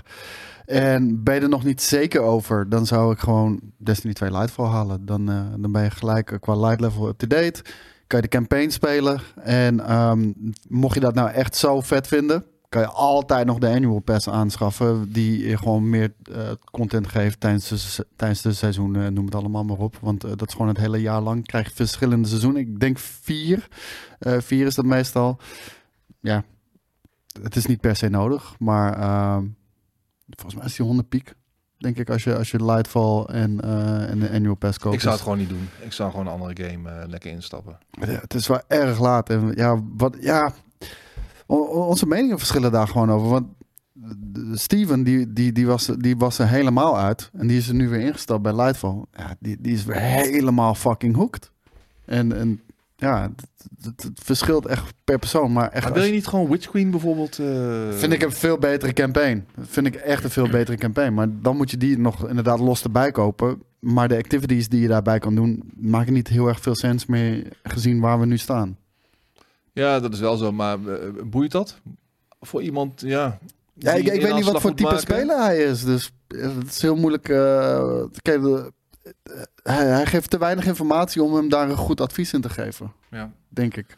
En ben je er nog niet zeker over, dan zou ik gewoon Destiny twee Lightfall halen. Dan, uh, dan ben je gelijk uh, qua light level up-to-date. Kan je de campaign spelen. En um, mocht je dat nou echt zo vet vinden, kan je altijd nog de annual pass aanschaffen. Die je gewoon meer uh, content geeft tijdens de, se- tijdens de seizoen. Uh, noem het allemaal maar op. Want uh, dat is gewoon het hele jaar lang. Krijg je verschillende seizoenen. Ik denk vier. Uh, vier is dat meestal. Ja, het is niet per se nodig. Maar uh, volgens mij is die honderd piek. Denk ik, als je, als je Lightfall en, uh, en de annual pass koopt. Ik zou het Dus- gewoon niet doen. Ik zou gewoon een andere game uh, lekker instappen. Ja, het is wel erg laat. En ja, wat, ja, o- o- onze meningen verschillen daar gewoon over. Want de- Steven, die, die, die, was, die was er helemaal uit. En die is er nu weer ingestapt bij Lightfall. Ja, die, die is weer helemaal fucking hooked. En, en ja, het, het, het verschilt echt per persoon. Maar echt, Maar wil je niet gewoon Witch Queen bijvoorbeeld... Uh... vind ik een veel betere campaign. Vind ik echt een veel betere campaign. Maar dan moet je die nog inderdaad los erbij kopen. Maar de activities die je daarbij kan doen, maken niet heel erg veel sens meer gezien waar we nu staan. Ja, dat is wel zo. Maar uh, boeit dat? Voor iemand, ja... Ja, ik, die ik een weet niet wat afslag voor moet type maken? speler hij is. Dus ja, het is heel moeilijk. Uh, kijk, de- uh, hij, hij geeft te weinig informatie om hem daar een goed advies in te geven. Ja. Denk ik.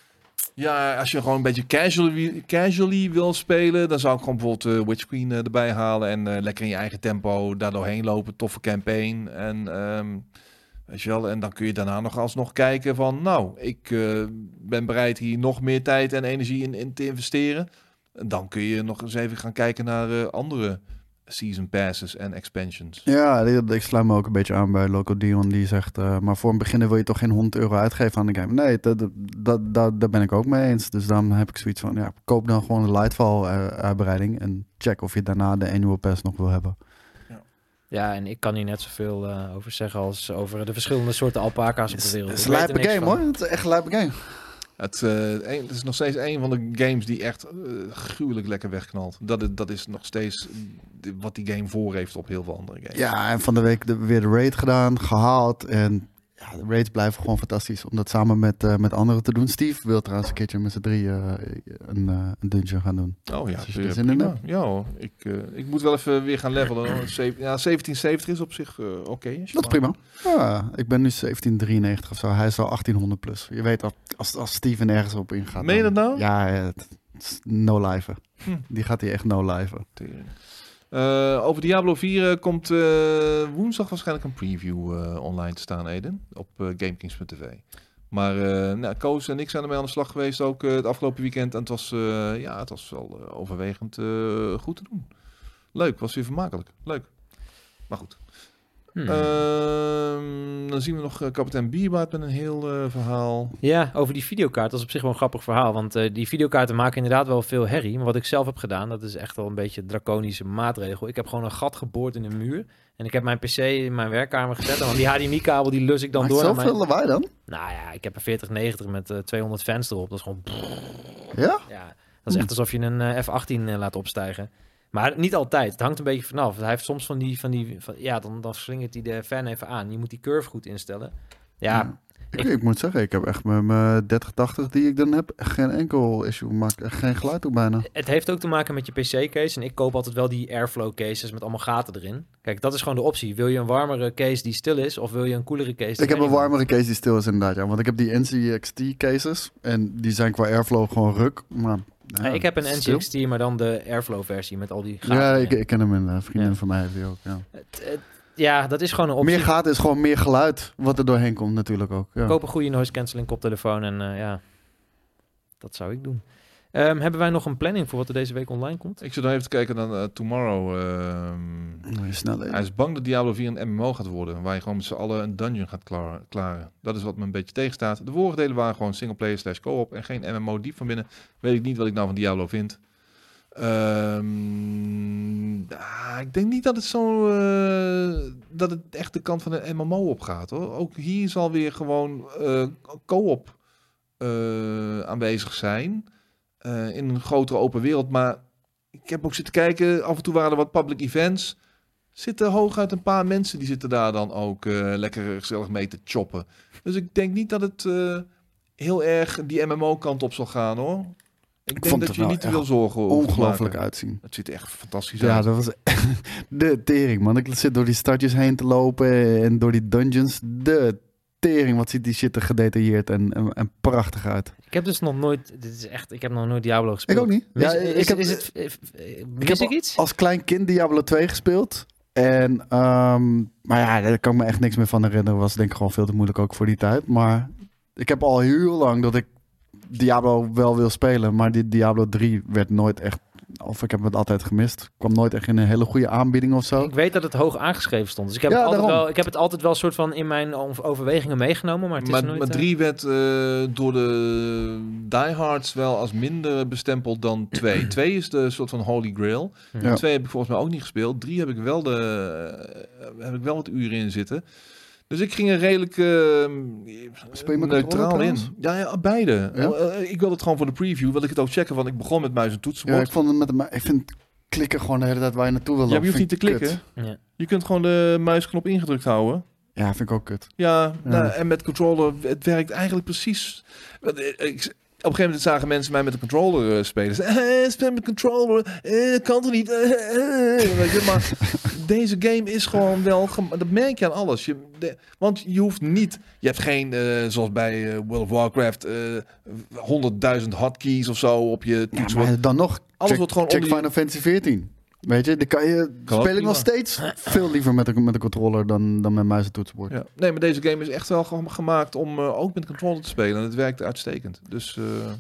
Ja, als je gewoon een beetje casually, casually wil spelen, dan zou ik gewoon bijvoorbeeld uh, Witch Queen uh, erbij halen en uh, lekker in je eigen tempo daar doorheen lopen. Toffe campaign. En, um, weet je wel, en dan kun je daarna nog alsnog kijken van, nou, ik uh, ben bereid hier nog meer tijd en energie in, in te investeren. En dan kun je nog eens even gaan kijken naar uh, andere season passes en expansions. Ja, die- ik sluit me ook een beetje aan bij Loco Dion. Die zegt, uh, maar voor een beginner wil je toch geen honderd euro uitgeven aan de game? Nee, dat, dat, dat, dat, daar ben ik ook mee eens. Dus dan heb ik zoiets van, ja, koop dan gewoon de Lightfall uh, uitbreiding. En check of je daarna de annual pass nog wil hebben. Ja, en ik kan hier net zoveel uh, over zeggen als over de verschillende soorten alpaca's op de wereld. Het is Ik een weet er lijpe niks game van. hoor. Het is echt een lijpe game. Het, uh, een, het is nog steeds een van de games die echt uh, gruwelijk lekker wegknalt. Dat is, dat is nog steeds de, wat die game voor heeft op heel veel andere games. Ja, en van de week de, weer de raid gedaan, gehaald. En ja, de raids blijven gewoon fantastisch om dat samen met, uh, met anderen te doen. Steve wil trouwens een keertje met z'n drie uh, een, uh, een dungeon gaan doen. Oh ja, Dus als je uh, er zin in prima. hebt. Ja hoor. Ik, uh, ik moet wel even weer gaan levelen. Zeven- ja, zeventien zeventig is op zich uh, oké. Okay, Dat is prima. Ja, ik ben nu zeventien drieënnegentig of zo. Hij is al achttienhonderd plus. Je weet dat als, als Steven ergens op ingaat. Meen je dan- dat nou? Ja, het is no live. Hm. Die gaat hij echt no live. Uh, over Diablo vier uh, komt uh, woensdag waarschijnlijk een preview uh, online te staan, Eden. Op uh, GameKings punt t v. Maar uh, nou, Koos en ik zijn ermee aan de slag geweest ook uh, het afgelopen weekend. En het was, uh, ja, het was wel uh, overwegend uh, goed te doen. Leuk, was weer vermakelijk. Leuk. Maar goed. Hmm. Uh, dan zien we nog uh, kapitein Bierbaard met een heel uh, verhaal. Ja, over die videokaart. Dat is op zich wel een grappig verhaal. Want uh, die videokaarten maken inderdaad wel veel herrie. Maar wat ik zelf heb gedaan, dat is echt wel een beetje een draconische maatregel. Ik heb gewoon een gat geboord in de muur. En ik heb mijn P C in mijn werkkamer gezet. En dan die H D M I-kabel, die lus ik dan Maakt door. naar zoveel mijn... lawaai dan? Nou ja, ik heb een veertig negentig met uh, tweehonderd fans erop. Dat is gewoon... Ja? Ja, dat is echt alsof je een uh, F achttien uh, laat opstijgen. Maar niet altijd. Het hangt een beetje vanaf. Hij heeft soms van die... Van die van, ja, dan, dan slingert hij de fan even aan. Je moet die curve goed instellen. Ja, Ja. Ik, ik moet zeggen, ik heb echt met mijn dertig tachtig die ik dan heb, echt geen enkel issue. Maakt echt geen geluid ook bijna. het heeft ook te maken met je P C-case. En ik koop altijd wel die Airflow cases met allemaal gaten erin. Kijk, dat is gewoon de optie. Wil je een warmere case die stil is? Of wil je een koelere case die Ik heb een niet warm warmere case die stil is inderdaad, ja. Want ik heb die N C X T cases en die zijn qua airflow gewoon ruk. Maar, ja, Ja, ik heb een stil. N C X T, maar dan de Airflow-versie met al die gaten Ja, erin. ik, ik ken hem in. Uh, vriendin Ja. van mij heeft die ook, ja. Het- het- ja, dat is gewoon een optie. Meer gaten is gewoon meer geluid wat er doorheen komt natuurlijk ook. Ja. Koop een goede noise cancelling koptelefoon en uh, ja, dat zou ik doen. Um, hebben wij nog een planning voor wat er deze week online komt? Ik zit nog even te kijken naar uh, Tomorrow. Uh, Moet je snel hij even. is bang dat Diablo vier een M M O gaat worden. Waar je gewoon met z'n allen een dungeon gaat klaar, klaren. Dat is wat me een beetje tegenstaat. De vorige delen waren gewoon singleplayer slash co-op. En geen M M O diep van binnen. Weet ik niet wat ik nou van Diablo vind. Um, ah, ik denk niet dat het zo... Uh, dat het echt de kant van een M M O op gaat, hoor. Ook hier zal weer gewoon uh, co-op uh, aanwezig zijn. Uh, in een grotere open wereld. Maar ik heb ook zitten kijken. Af en toe waren er wat public events. Zitten hooguit een paar mensen die zitten daar dan ook uh, lekker gezellig mee te choppen. Dus ik denk niet dat het uh, heel erg die M M O-kant op zal gaan, hoor. Ik, denk vond dat het je wel niet te echt veel zorgen hoeft te Ongelooflijk maken. uitzien. Het ziet er echt fantastisch Ja, uit. dat was de tering, man. Ik zit door die stadjes heen te lopen en door die dungeons. De tering, wat ziet die shit er gedetailleerd en, en, en prachtig uit. Ik heb dus nog nooit, dit is echt, ik heb nog nooit Diablo gespeeld. Ik ook niet. Mis, Ja, is, ik heb, is het, eh, eh, mis heb ik iets? als klein kind Diablo twee gespeeld. En, ehm, maar ja, daar kan ik me echt niks meer van herinneren. Was denk ik gewoon veel te moeilijk ook voor die tijd. Maar ik heb al heel lang dat ik Diablo wel wil spelen. Maar die Diablo drie werd nooit echt... Of ik heb het altijd gemist. Kwam nooit echt in een hele goede aanbieding of zo. Ik weet dat het hoog aangeschreven stond. Dus ik heb, Ja, het, altijd daarom. wel, ik heb het altijd wel soort van in mijn o- overwegingen meegenomen. Maar het is Maar, nooit... maar eh, drie werd uh, door de diehards wel als minder bestempeld dan twee. Twee is de soort van holy grail. Ja. Twee heb ik volgens mij ook niet gespeeld. Drie heb ik wel, de, uh, heb ik wel wat uren in zitten. Dus ik ging er redelijk uh, Speel je met neutraal controller in. trouwens? Ja, ja, beide. Ja? Uh, ik wil het gewoon voor de preview. Wil ik het ook checken, want ik begon met muis en Ja, toetsenbord. ik, vond het met de, ik vind klikken gewoon de hele tijd waar je naartoe wil Ja, lopen. maar je hoeft niet te vind ik klikken. kut. Ja. Je kunt gewoon de muisknop ingedrukt houden. Ja, vind ik ook kut. Ja, Ja. Nou, en met controller, het werkt eigenlijk precies. Want, eh, ik, op een gegeven moment zagen mensen mij met de controller uh, spelen. Ze, eh, speel met controller, eh, kan toch niet. Eh, eh, weet je, maar deze game is gewoon wel, gem- dat merk je aan alles. Je, de, want je hoeft niet, je hebt geen, uh, zoals bij uh, World of Warcraft, honderdduizend uh, hotkeys of zo op je Ja, toetsenbord. maar dan nog, Alles check, wordt gewoon check onder je- Final Fantasy veertien. Weet je, dan kan je, Kan speel ik prima. nog steeds veel liever met de, met de controller dan, dan met muis en toetsenbord. Ja. Nee, maar deze game is echt wel ge- gemaakt om uh, ook met controller te spelen. En het werkt uitstekend. Dus uh,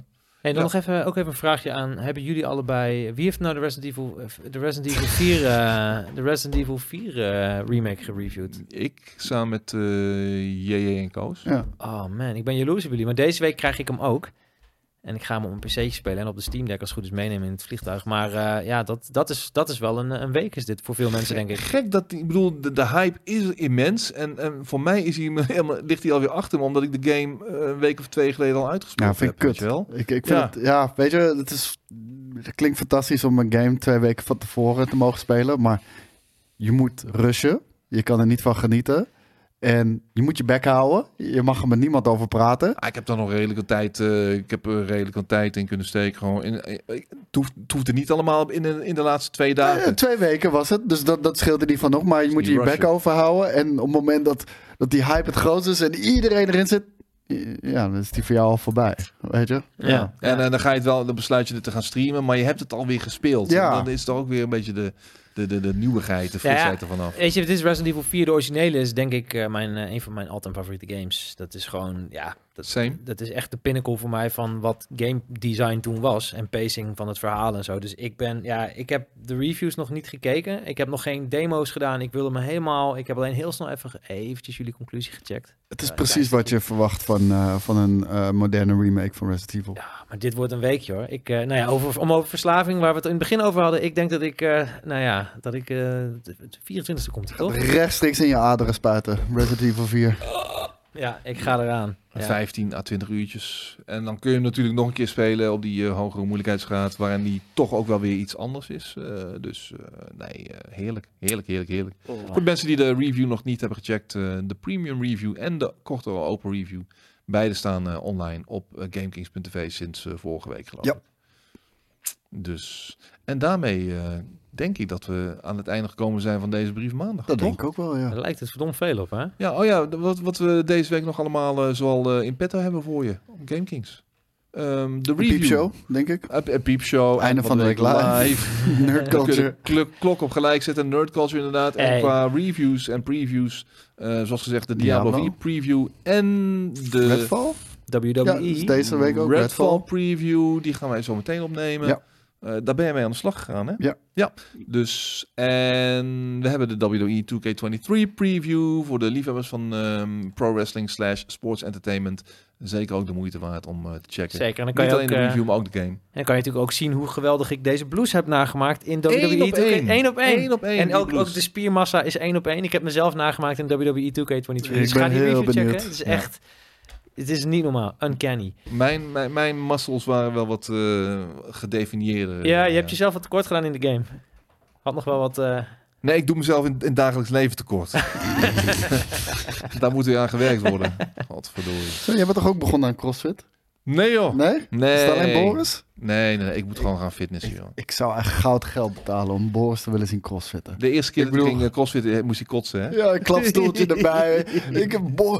Hey, dan Ja. nog even, ook even een vraagje aan. Hebben jullie allebei... Wie heeft nou de Resident Evil, de Resident Evil vier, eh, de Resident Evil vier eh, remake gereviewd? Ik samen met uh, J J en Koos. Ja. Oh man, ik ben jaloers op jullie. Maar deze week krijg ik hem ook. En ik ga hem op een pc'tje spelen en op de Steam Deck als het goed is meenemen in het vliegtuig. Maar uh, ja, dat, dat, is, dat is wel een, een week is dit voor veel mensen, denk ik. Gek dat, ik bedoel, de, de hype is immens. En, en voor mij is hij me helemaal, ligt hij alweer achter me, omdat ik de game uh, een week of twee geleden al uitgespeeld Ja, vind ik heb. kut. Weet je wel? Ik, ik vind Ja. het, ja, weet je, het, is, het klinkt fantastisch om een game twee weken van tevoren te mogen spelen, maar je moet rushen. Je kan er niet van genieten. En je moet je bek houden. Je mag er met niemand over praten. Ah, ik heb daar nog redelijk wat tijd, uh, ik heb er redelijk wat tijd in kunnen steken. Gewoon in, uh, het, hoeft, het hoeft er niet allemaal in de, in de laatste twee dagen. Eh, twee weken was het, dus dat, dat scheelde niet van nog. Maar je moet je je bek overhouden. En op het moment dat, dat die hype het grootste is en iedereen erin zit, ja, dan is die voor jou al voorbij. Weet je? Ja. Ja. En uh, dan ga je het wel, dan besluit je het te gaan streamen, maar je hebt het alweer gespeeld. Ja. En dan is het ook weer een beetje de, de, de, de nieuwigheid, de frisheid Ja, ja. ervan af. Weet je, het is Resident Evil vier, de originele is denk ik uh, mijn, uh, een van mijn all-time favoriete games. Dat is gewoon, ja, dat, Same. dat is echt de pinnacle voor mij van wat game design toen was. En pacing van het verhaal en zo. Dus ik ben, ja, ik heb de reviews nog niet gekeken. Ik heb nog geen demo's gedaan. Ik wilde me helemaal, ik heb alleen heel snel even eventjes jullie conclusie gecheckt. Het is Ja, precies ja. wat je verwacht van, uh, van een uh, moderne remake van Resident Evil. Ja, maar dit wordt een weekje hoor. Ik, uh, nou ja, over, om over verslaving, waar we het in het begin over hadden. Ik denk dat ik, uh, nou ja, dat ik, uh, de vierentwintigste komt hij toch? Rechtstreeks in je aderen spuiten. Resident Evil vier. Ja, ik ga eraan. Ja. vijftien à twintig uurtjes. En dan kun je hem natuurlijk nog een keer spelen op die uh, hogere moeilijkheidsgraad, waarin die toch ook wel weer iets anders is. Uh, dus uh, nee, uh, heerlijk, heerlijk, heerlijk, heerlijk. Oh. Voor de mensen die de review nog niet hebben gecheckt, uh, de premium review en de kortere open review, beide staan uh, online op uh, GameKings punt tv sinds uh, vorige week geloof ik. Ja. Dus, en daarmee uh, denk ik dat we aan het einde gekomen zijn van deze brief maandag. Dat toch? denk ik ook wel, ja. Daar lijkt het verdomd veel op, hè? Ja, oh ja, wat, wat we deze week nog allemaal uh, zoal uh, in petto hebben voor je op GameKings. Um, de Een review. piepshow, denk ik. Een, een piepshow. Einde en van de week live. Nerd Dan kun je culture. de kl- klok op gelijk zetten. Nerd culture inderdaad. En Hey. qua reviews en previews. Uh, zoals gezegd de Diablo, Diablo. vier preview. En de Redfall? W W Ja, E. dus deze week ook Redfall, Redfall. preview. Die gaan wij zo meteen opnemen. Ja. Uh, daar ben je mee aan de slag gegaan, hè? Ja. Ja. Dus, en we hebben de W W E two K twenty-three preview voor de liefhebbers van um, pro wrestling slash sports entertainment. Zeker ook de moeite waard om uh, te checken. Zeker. En dan kan Niet je alleen ook, de uh, review, maar ook de game. en dan kan je natuurlijk ook zien hoe geweldig ik deze blues heb nagemaakt in W W E Eén op two K. één. één op één. Eén op één, En die ook, blues. ook de spiermassa is één op één. Ik heb mezelf nagemaakt in W W E two K twenty-three. Ik Dus ben ga die heel review benieuwd. checken. Het is Ja. echt... Het is niet normaal. Uncanny. Mijn, mijn, mijn muscles waren wel wat uh, gedefinieerder. Ja, je uh, hebt jezelf wat tekort gedaan in de game. Had nog wel wat... Uh... Nee, ik doe mezelf in, in het dagelijks leven tekort. Daar moet weer aan gewerkt worden. Godverdorie. Zo, jij bent toch ook begonnen aan CrossFit? Nee joh. Nee? Nee. Is het alleen Boris? Nee, nee, nee, ik moet gewoon gaan fitnessen joh. Ik zou echt goud geld betalen om Boris te willen zien crossfitten. De eerste keer Ik dat ik bedoel- ging uh, crossfitten, moest hij kotsen hè? Ja, een klapstoeltje erbij. Ik heb Bo-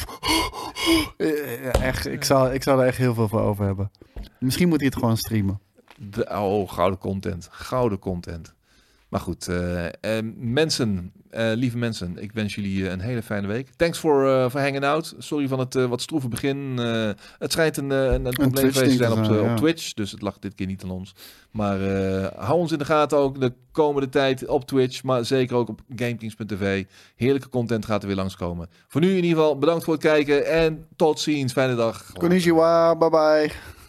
Ja, echt, ik zou, ik zou er echt heel veel voor over hebben. Misschien moet hij het gewoon streamen. De, oh, gouden content. Gouden content. Maar goed, uh, uh, mensen, uh, lieve mensen, ik wens jullie uh, een hele fijne week. Thanks voor uh, voor hanging out. Sorry van het uh, wat stroeve begin. Uh, het schijnt een, uh, een, een probleem Twitch geweest te zijn op, ding te uh, zijn, op ja. Twitch. Dus het lag dit keer niet aan ons. Maar uh, hou ons in de gaten ook de komende tijd op Twitch. Maar zeker ook op GameKings punt tv. Heerlijke content gaat er weer langskomen. Voor nu in ieder geval bedankt voor het kijken. En tot ziens. Fijne dag. Konnichiwa, bye bye.